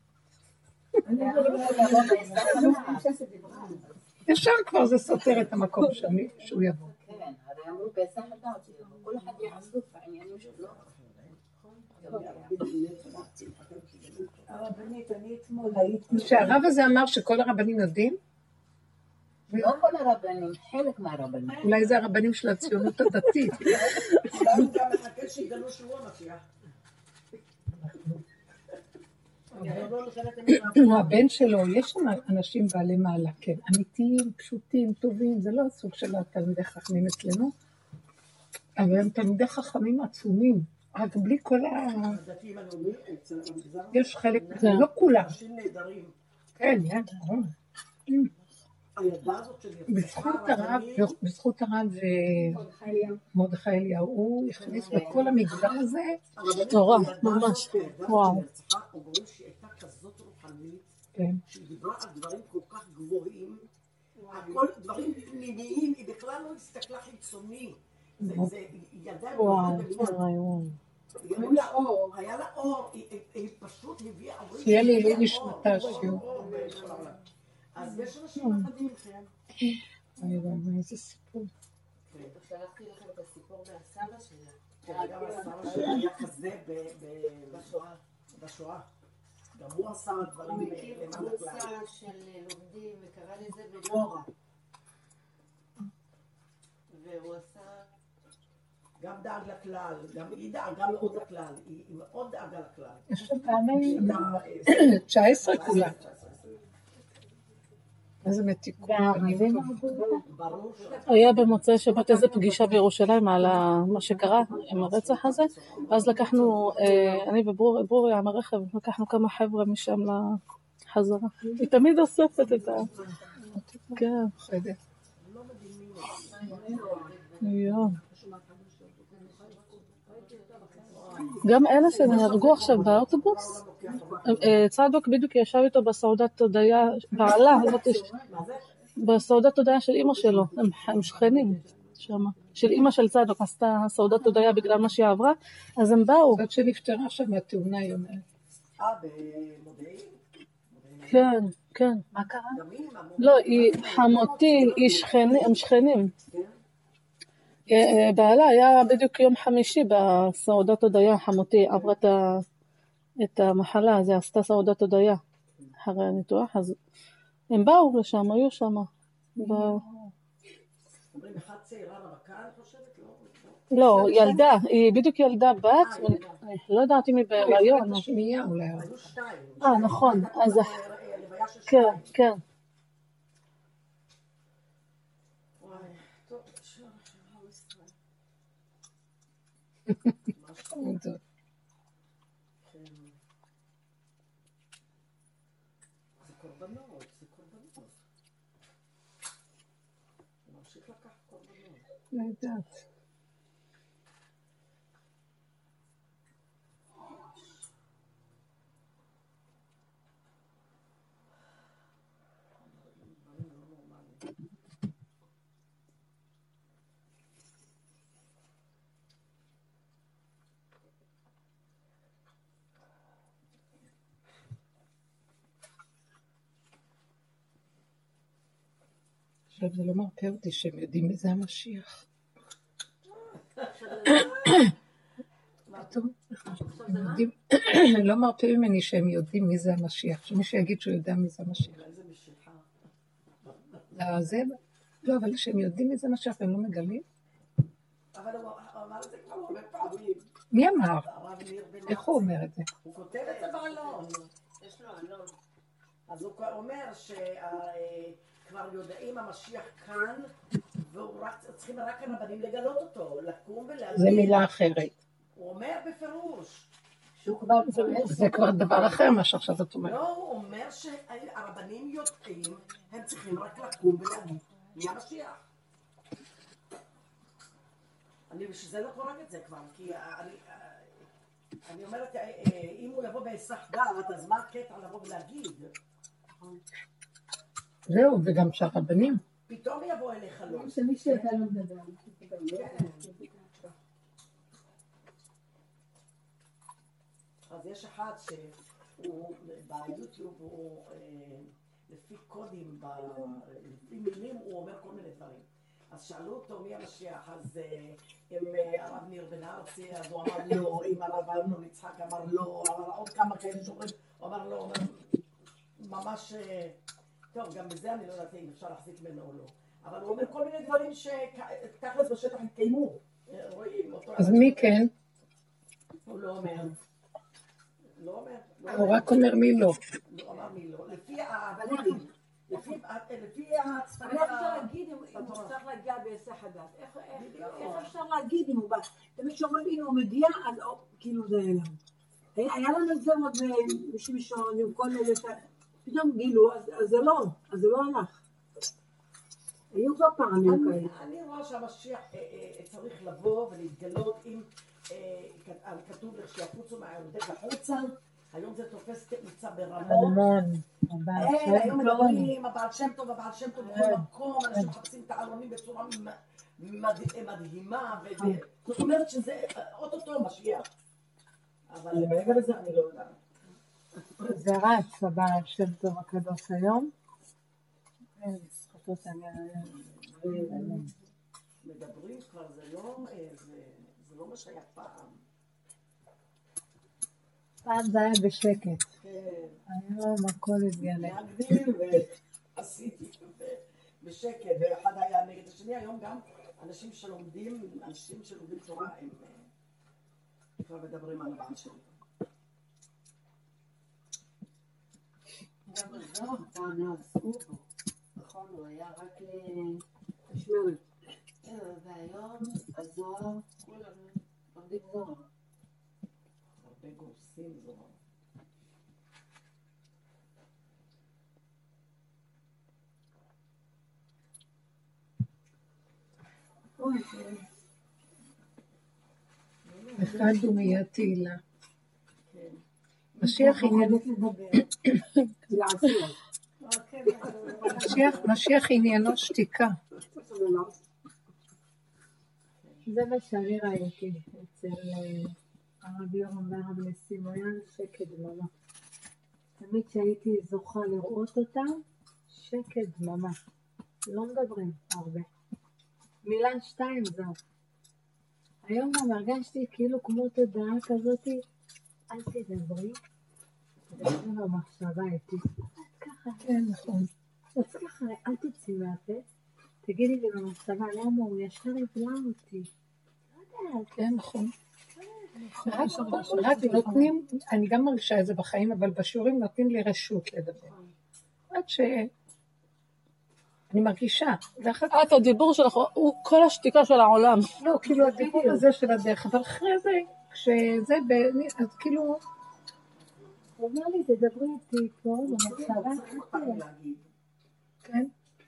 ישר כבר זה סותר את המקום שהוא יבוא. כן, הרי אמרו פסח הדעת, כל אחד יעזוב בעניינים שלו. הרבנית, אני אתמול הייתי... שהרב הזה אמר שכל הרבנים יודעים? לא כל הרבנים, חלק מהרבנים. אולי זה הרבנים של הציונות הדתית. אולי הוא גם מחכה שיגלו שהוא המשיח. הבן שלו, יש שם אנשים בעלי מעלה, כן, אמיתיים, פשוטים, טובים, זה לא הסוג של התלמידי חכמים אצלנו, אבל הם תלמידי חכמים עצומים, רק בלי כל ה... הדתיים הלאומיים, אצל המגזר. יש חלק, לא כולם. אנשים נהדרים. כן, כן, נכון. הילדה הזאת של בזכות הרב, בזכות הרב מרדכי אליהו, הוא הכניס בכל המגזר הזה תורה, ממש. וואו. אומרים שהיא הייתה כזאת רוחנית, שהיא דיברה על דברים כל כך גבוהים, הכל דברים פנימיים, היא בכלל לא הסתכלה חיצוני. זה ילדה וואו, זה רעיון. היה לה אור, היא פשוט הביאה... שיהיה לי עילוי נשמתה שיעור. אז יש אנשים אחדים, כן. אני לא יודע איזה סיפור. שלחתי לכם את הסיפור מהסבא שלה. גם הסבא שלה היה כזה בשואה. בשואה. גם הוא עשה דברים... הוא מכיר קבוצה של לומדים, וקרא לזה בלורה. והוא עשה... גם דאג לכלל, גם היא דאגה מאוד לכלל, היא מאוד דאגה לכלל. יש שם פעמים תשע עשרה כולה. איזה מתיקות. היה במוצאי שבת איזה פגישה בירושלים על מה שקרה עם הרצח הזה, ואז לקחנו, אני וברורי עם הרכב, לקחנו כמה חבר'ה משם לחזרה. היא תמיד אוספת את ה... כן. יואו. גם אלה שנהרגו עכשיו באוטובוס, צדוק בדיוק ישב איתו בסעודת תודיה, בעלה, בסעודת תודיה של אמא שלו, הם שכנים שם, של אמא של צדוק, עשתה סעודת תודיה בגלל מה שהיא עברה, אז הם באו. זאת שנפטרה שם מהתאונה, היא אומרת. אה, במודיעין? כן, כן. מה קרה? לא, היא חמותי, הם שכנים. בעלה היה בדיוק יום חמישי בסעודת תודיה, חמותי עברה את המחלה, אז היא עשתה סעודת תודיה אחרי הניתוח, אז הם באו לשם, היו שם. אומרים אחד צעירה רמקה, אני חושבת? לא, ילדה, היא בדיוק ילדה בת, לא יודעת אם היא בהיריון. היו שתיים. אה, נכון, אז... כן, כן. זה קורבנות, זה קורבנות. ממשיך לקחת קורבנות. לא יודעת. עכשיו זה לא מרפא אותי שהם יודעים מי זה המשיח. לא מרפא ממני שהם יודעים מי זה המשיח, שמישהו יגיד שהוא יודע מי זה המשיח. לא, אבל שהם יודעים מי זה המשיח והם לא מגלים. אבל הוא אמר את זה כבר הרבה פעמים. מי אמר? איך הוא אומר את זה? הוא כותב את זה בעלון. יש לו עלון. אז הוא אומר שכבר יודעים המשיח כאן, וצריכים רק הרבנים לגלות אותו, לקום ולהגיד. זה מילה אחרת. הוא אומר בפירוש. זה כבר דבר אחר מה שעכשיו את אומרת. לא, הוא אומר שהרבנים יודעים, הם צריכים רק לקום ולהגיד מי המשיח. אני בשביל זה לא קוראים את זה כבר, כי אני אומרת, אם הוא יבוא בהיסח דעת, אז מה הקטע לבוא ולהגיד? זהו, וגם שהרבנים. פתאום יבוא אליך לא. שמי שידע לא מדבר. אז יש אחד שהוא ביוטיוב, הוא לפי קודים, לפי מילים, הוא אומר כל מיני דברים. אז שאלו אותו מי המשיח, אז אם הרב ניר בן ארצי, אז הוא אמר לא, אם הרב אמנון יצחק אמר לא, אמר עוד כמה כאלה שאומרים, הוא אמר לא, ממש, טוב, גם בזה אני לא יודעת אם אפשר להחזיק ממנו או לא. אבל הוא אומר כל מיני דברים שתכלס בשטח התקיימו, רואים אותו. אז מי כן? הוא לא אומר. לא אומר. הוא רק אומר מי לא. לא אמר מי לא. לפי הבנים. לפי הצפרים... איך אפשר להגיד אם הוא צריך להגיע בהיסח הדעת? איך אפשר להגיד אם הוא בא? תמיד שאומרים הנה הוא מגיע, אז כאילו זה אליו. היה לנו את זה עוד בשמשון עם כל אלה, פתאום גילו, אז זה לא, אז זה לא הלך. היו כבר פעמים כאלה. אני רואה שהמשיח צריך לבוא ולהתגלות אם כתוב לך שיפוצו מהיורדות לחוצה, היום זה תופס תאוצה ברמות. המון. היום מדברים, הבעל שם טוב, הבעל שם טוב בכל מקום, אנשים מחפשים את העלונים בצורה מדהימה, זאת אומרת שזה אוטוטו משיח. אבל מעבר לזה אני לא יודעת. זה רץ, הבעל שם טוב הקדוש היום. זכותות אני... מדברים כבר, זה לא מה שהיה פעם. פעם זה היה בשקט. היום הכל התגלה. להגדיל ועשיתי בשקט, ואחד היה נגד השני. היום גם אנשים שלומדים, אנשים שלומדים תורה, הם כבר מדברים על הבעל שלי. גם הזוהר פעם לא עשו בו. נכון, הוא היה רק לשמרת. והיום הזוהר, כולם לומדים זוהר. הרבה גורסים זוהר. אחד הוא מיד תהילה. משיח עניינו... משיח עניינו שתיקה. זה מה שאני ראיתי אצל הרב יורם והרב נסים, היה שקט דממה. תמיד שהייתי זוכה לראות אותם, שקט דממה. לא מדברים הרבה. מילה שתיים זו. היום גם הרגשתי כאילו כמו תודעה כזאת, אל תדברי, תדברי במחשבה איתי. ככה, כן, נכון. אז ככה, אל תצאי מהפה, תגידי לי במחשבה, למה הוא ישר יבלע אותי? לא יודעת. כן, נכון. רק נותנים, אני גם מרגישה את זה בחיים, אבל בשיעורים נותנים לי רשות לדבר. עד ש... אני מרגישה. את הדיבור שלך הוא כל השתיקה של העולם. לא, כאילו הדיבור הזה של הדרך, אבל אחרי זה, כשזה, אז כאילו... הוא אומר לי, תדברי איתי פה, במחשבה. כן?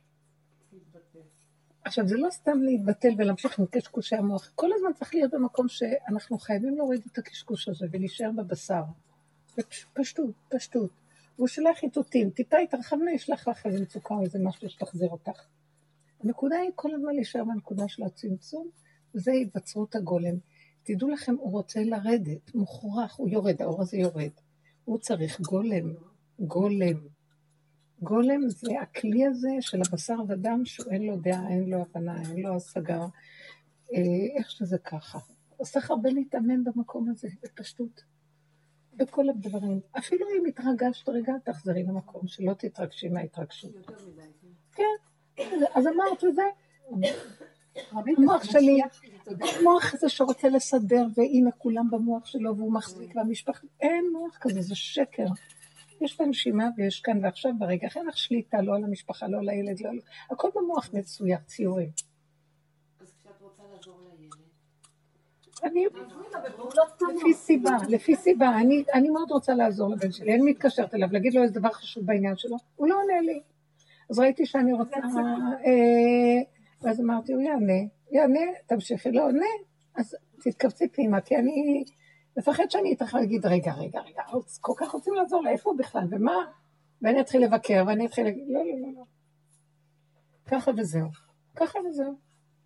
עכשיו, זה לא סתם להתבטל ולהמשיך עם קשקושי המוח. כל הזמן צריך להיות במקום שאנחנו חייבים להוריד את הקשקוש הזה ולהישאר בבשר. פשטות, פשטות. והוא שולח איתותים, טיפה התרחבנה, ישלח לך איזה מצוקה או איזה משהו שתחזיר אותך. הנקודה היא כל הזמן להישאר בנקודה של הצמצום, וזה היווצרות הגולם. תדעו לכם, הוא רוצה לרדת, מוכרח, הוא יורד, האור הזה יורד. הוא צריך גולם, גולם. גולם זה הכלי הזה של הבשר ודם, שאין לו דעה, אין לו הבנה, אין לו השגה, איך שזה ככה. הוא צריך הרבה להתאמן במקום הזה, בפשטות. בכל הדברים. אפילו אם התרגשת רגע, תחזרי למקום, שלא תתרגשי מההתרגשות. כן, אז אמרת וזה. המוח שלי, המוח הזה שרוצה לסדר, והנה כולם במוח שלו, והוא מחזיק והמשפחה, אין מוח כזה, זה שקר. יש בנשימה ויש כאן ועכשיו ברגע, אין לך שליטה, לא על המשפחה, לא על הילד, לא על... הכל במוח מצויר, ציורים. אז כשאת רוצה לעזור לילד? אני, לפי סיבה, לפי סיבה, אני, אני מאוד רוצה לעזור לבן שלי, אני מתקשרת אליו, להגיד לו איזה דבר חשוב בעניין שלו, הוא לא עונה לי. אז ראיתי שאני רוצה, ואז אמרתי, הוא יענה, יענה, תמשיכי, לא עונה, אז תתכווצי פנימה, כי אני מפחד שאני איתך להגיד, רגע, רגע, רגע, כל כך רוצים לעזור לה, איפה הוא בכלל, ומה? ואני אתחיל לבקר, ואני אתחיל להגיד, לא, לא, לא, לא. ככה וזהו, ככה וזהו.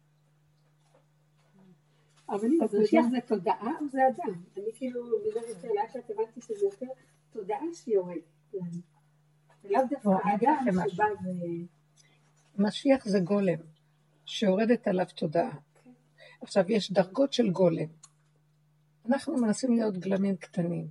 אבל משיח זה תודעה או זה אדם? אני כאילו מדברת לאט לאט הבנתי שזה יותר תודעה שיורד. ולאו דווקא אדם שבא ו... משיח זה גולם, שיורדת עליו תודעה. עכשיו, יש דרגות של גולם. אנחנו מנסים להיות גלמים קטנים.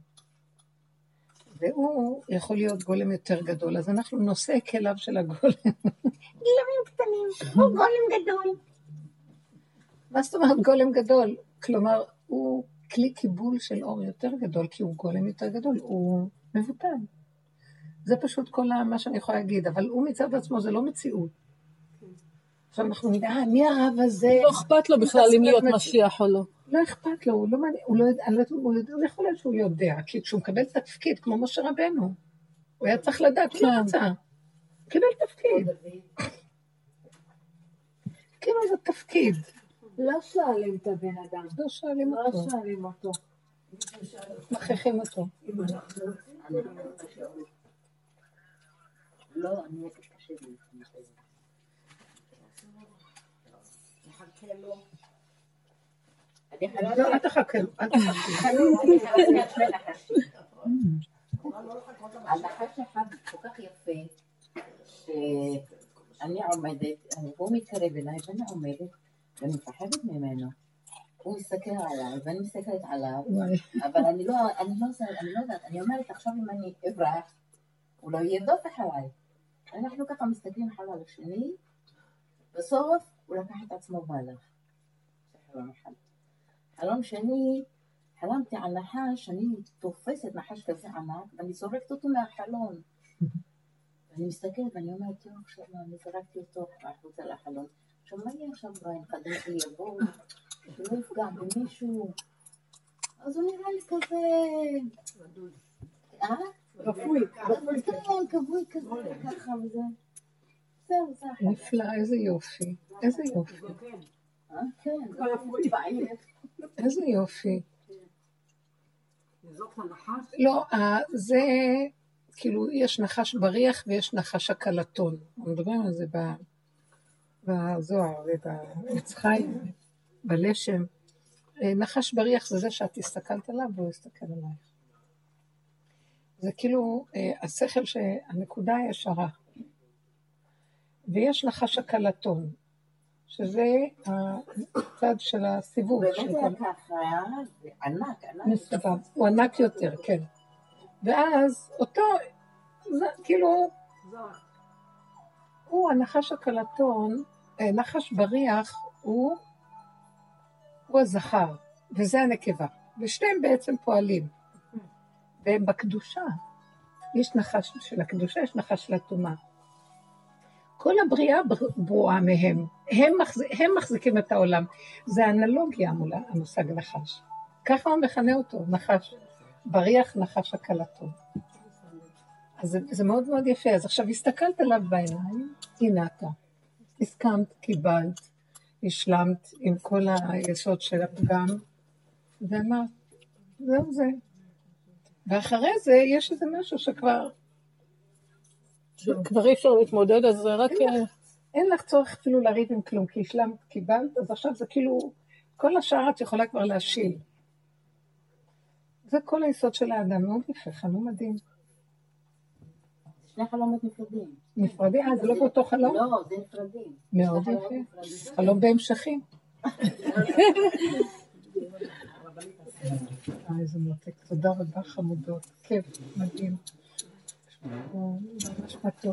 והוא יכול להיות גולם יותר גדול, אז אנחנו נושא כליו של הגולם. גלמים קטנים, הוא גולם גדול. מה זאת אומרת גולם גדול? כלומר, הוא כלי קיבול של אור יותר גדול, כי הוא גולם יותר גדול, הוא מבוטל. זה פשוט כל מה שאני יכולה להגיד, אבל הוא מצד עצמו, זה לא מציאות. עכשיו אנחנו נדע, אה, מי הרב הזה? לא אכפת לו בכלל אם להיות משיח או לא. לא אכפת לו, הוא לא מעניין, הוא לא יודע, הוא יכול להיות שהוא יודע, כי כשהוא מקבל תפקיד, כמו משה רבנו, הוא היה צריך לדעת מה רצה. קיבל תפקיד. כאילו זה תפקיד. לא שואלים את הבן אדם. לא שואלים לא אותו. שואלים אותו. מכריחים אותו. לא, אני אהיה קשה לי. נחכה לו. אני חלמתי... לא, אל תחכה, אל תחכה. חלמתי על שני נחשים. על נחש אחד כל כך יפה, שאני עומדת, והוא מתקרב אליי ואני עומדת ואני מפחדת ממנו. הוא מסתכל עליי ואני מסתכלת עליו, אבל אני לא, אני לא יודעת, אני אומרת עכשיו אם אני אברח, הוא לא ירדוף אחריי. אנחנו ככה מסתכלים אחד על השני, בסוף הוא לקח את עצמו והלך. זה חלום אחד. חלום שני, חלמתי על נחש, אני תופסת נחש כזה ענק, ואני זורקת אותו מהחלון. ואני מסתכלת ואני אומרת, יום עכשיו אני זרקתי אותו החוצה לחלון. עכשיו מה יהיה עכשיו בנכדים שלי יבואו, שלא יפגע במישהו? אז הוא נראה לי כזה... אה? רפוי. כן, כבוי כזה, ככה וזה. זהו, זה אחת. נפלא, איזה יופי. איזה יופי. אה? כן, זה רפוי בעיר. איזה יופי. לזרוק לנחש? לא, זה, כאילו, יש נחש בריח ויש נחש הקלטון. אנחנו מדברים על זה בזוהר ובעץ חיים, בלשם. נחש בריח זה זה שאת הסתכלת עליו והוא הסתכל עלייך. זה כאילו השכל שהנקודה הישרה. ויש נחש הקלטון, שזה הצד של הסיבוב. באמת היה ככה, זה ענק, ענק. מסתבר, הוא ענק יותר, כן. ואז אותו, זה, כאילו, הוא הנחש הקלטון, נחש בריח, הוא, הוא הזכר, וזה הנקבה. ושניהם בעצם פועלים. והם בקדושה. יש נחש של הקדושה, יש נחש של הטומאה. כל הבריאה ברואה מהם. הם, מחז... הם מחזיקים את העולם. זה אנלוגיה מול המושג נחש. ככה הוא מכנה אותו, נחש. בריח נחש הקלטון. אז זה, זה מאוד מאוד יפה. אז עכשיו הסתכלת עליו בעיניים, הנה אתה. הסכמת, קיבלת, השלמת עם כל היסוד של הפגם, ואמרת, זהו זה. ואחרי זה יש איזה משהו שכבר... כבר אי אפשר להתמודד, אז זה רק... אין לך צורך אפילו להריב עם כלום, כי השלמת, קיבלת, אז עכשיו זה כאילו, כל השאר את יכולה כבר להשיל. זה כל היסוד של האדם, מאוד יפה, חלום מדהים. שני חלומות נפרדים. נפרדים? אה, זה לא באותו חלום? לא, זה נפרדים. מאוד יפה. חלום בהמשכים. אה, איזה מותק. תודה רבה חמודות. כיף, מדהים. ממש מתוק.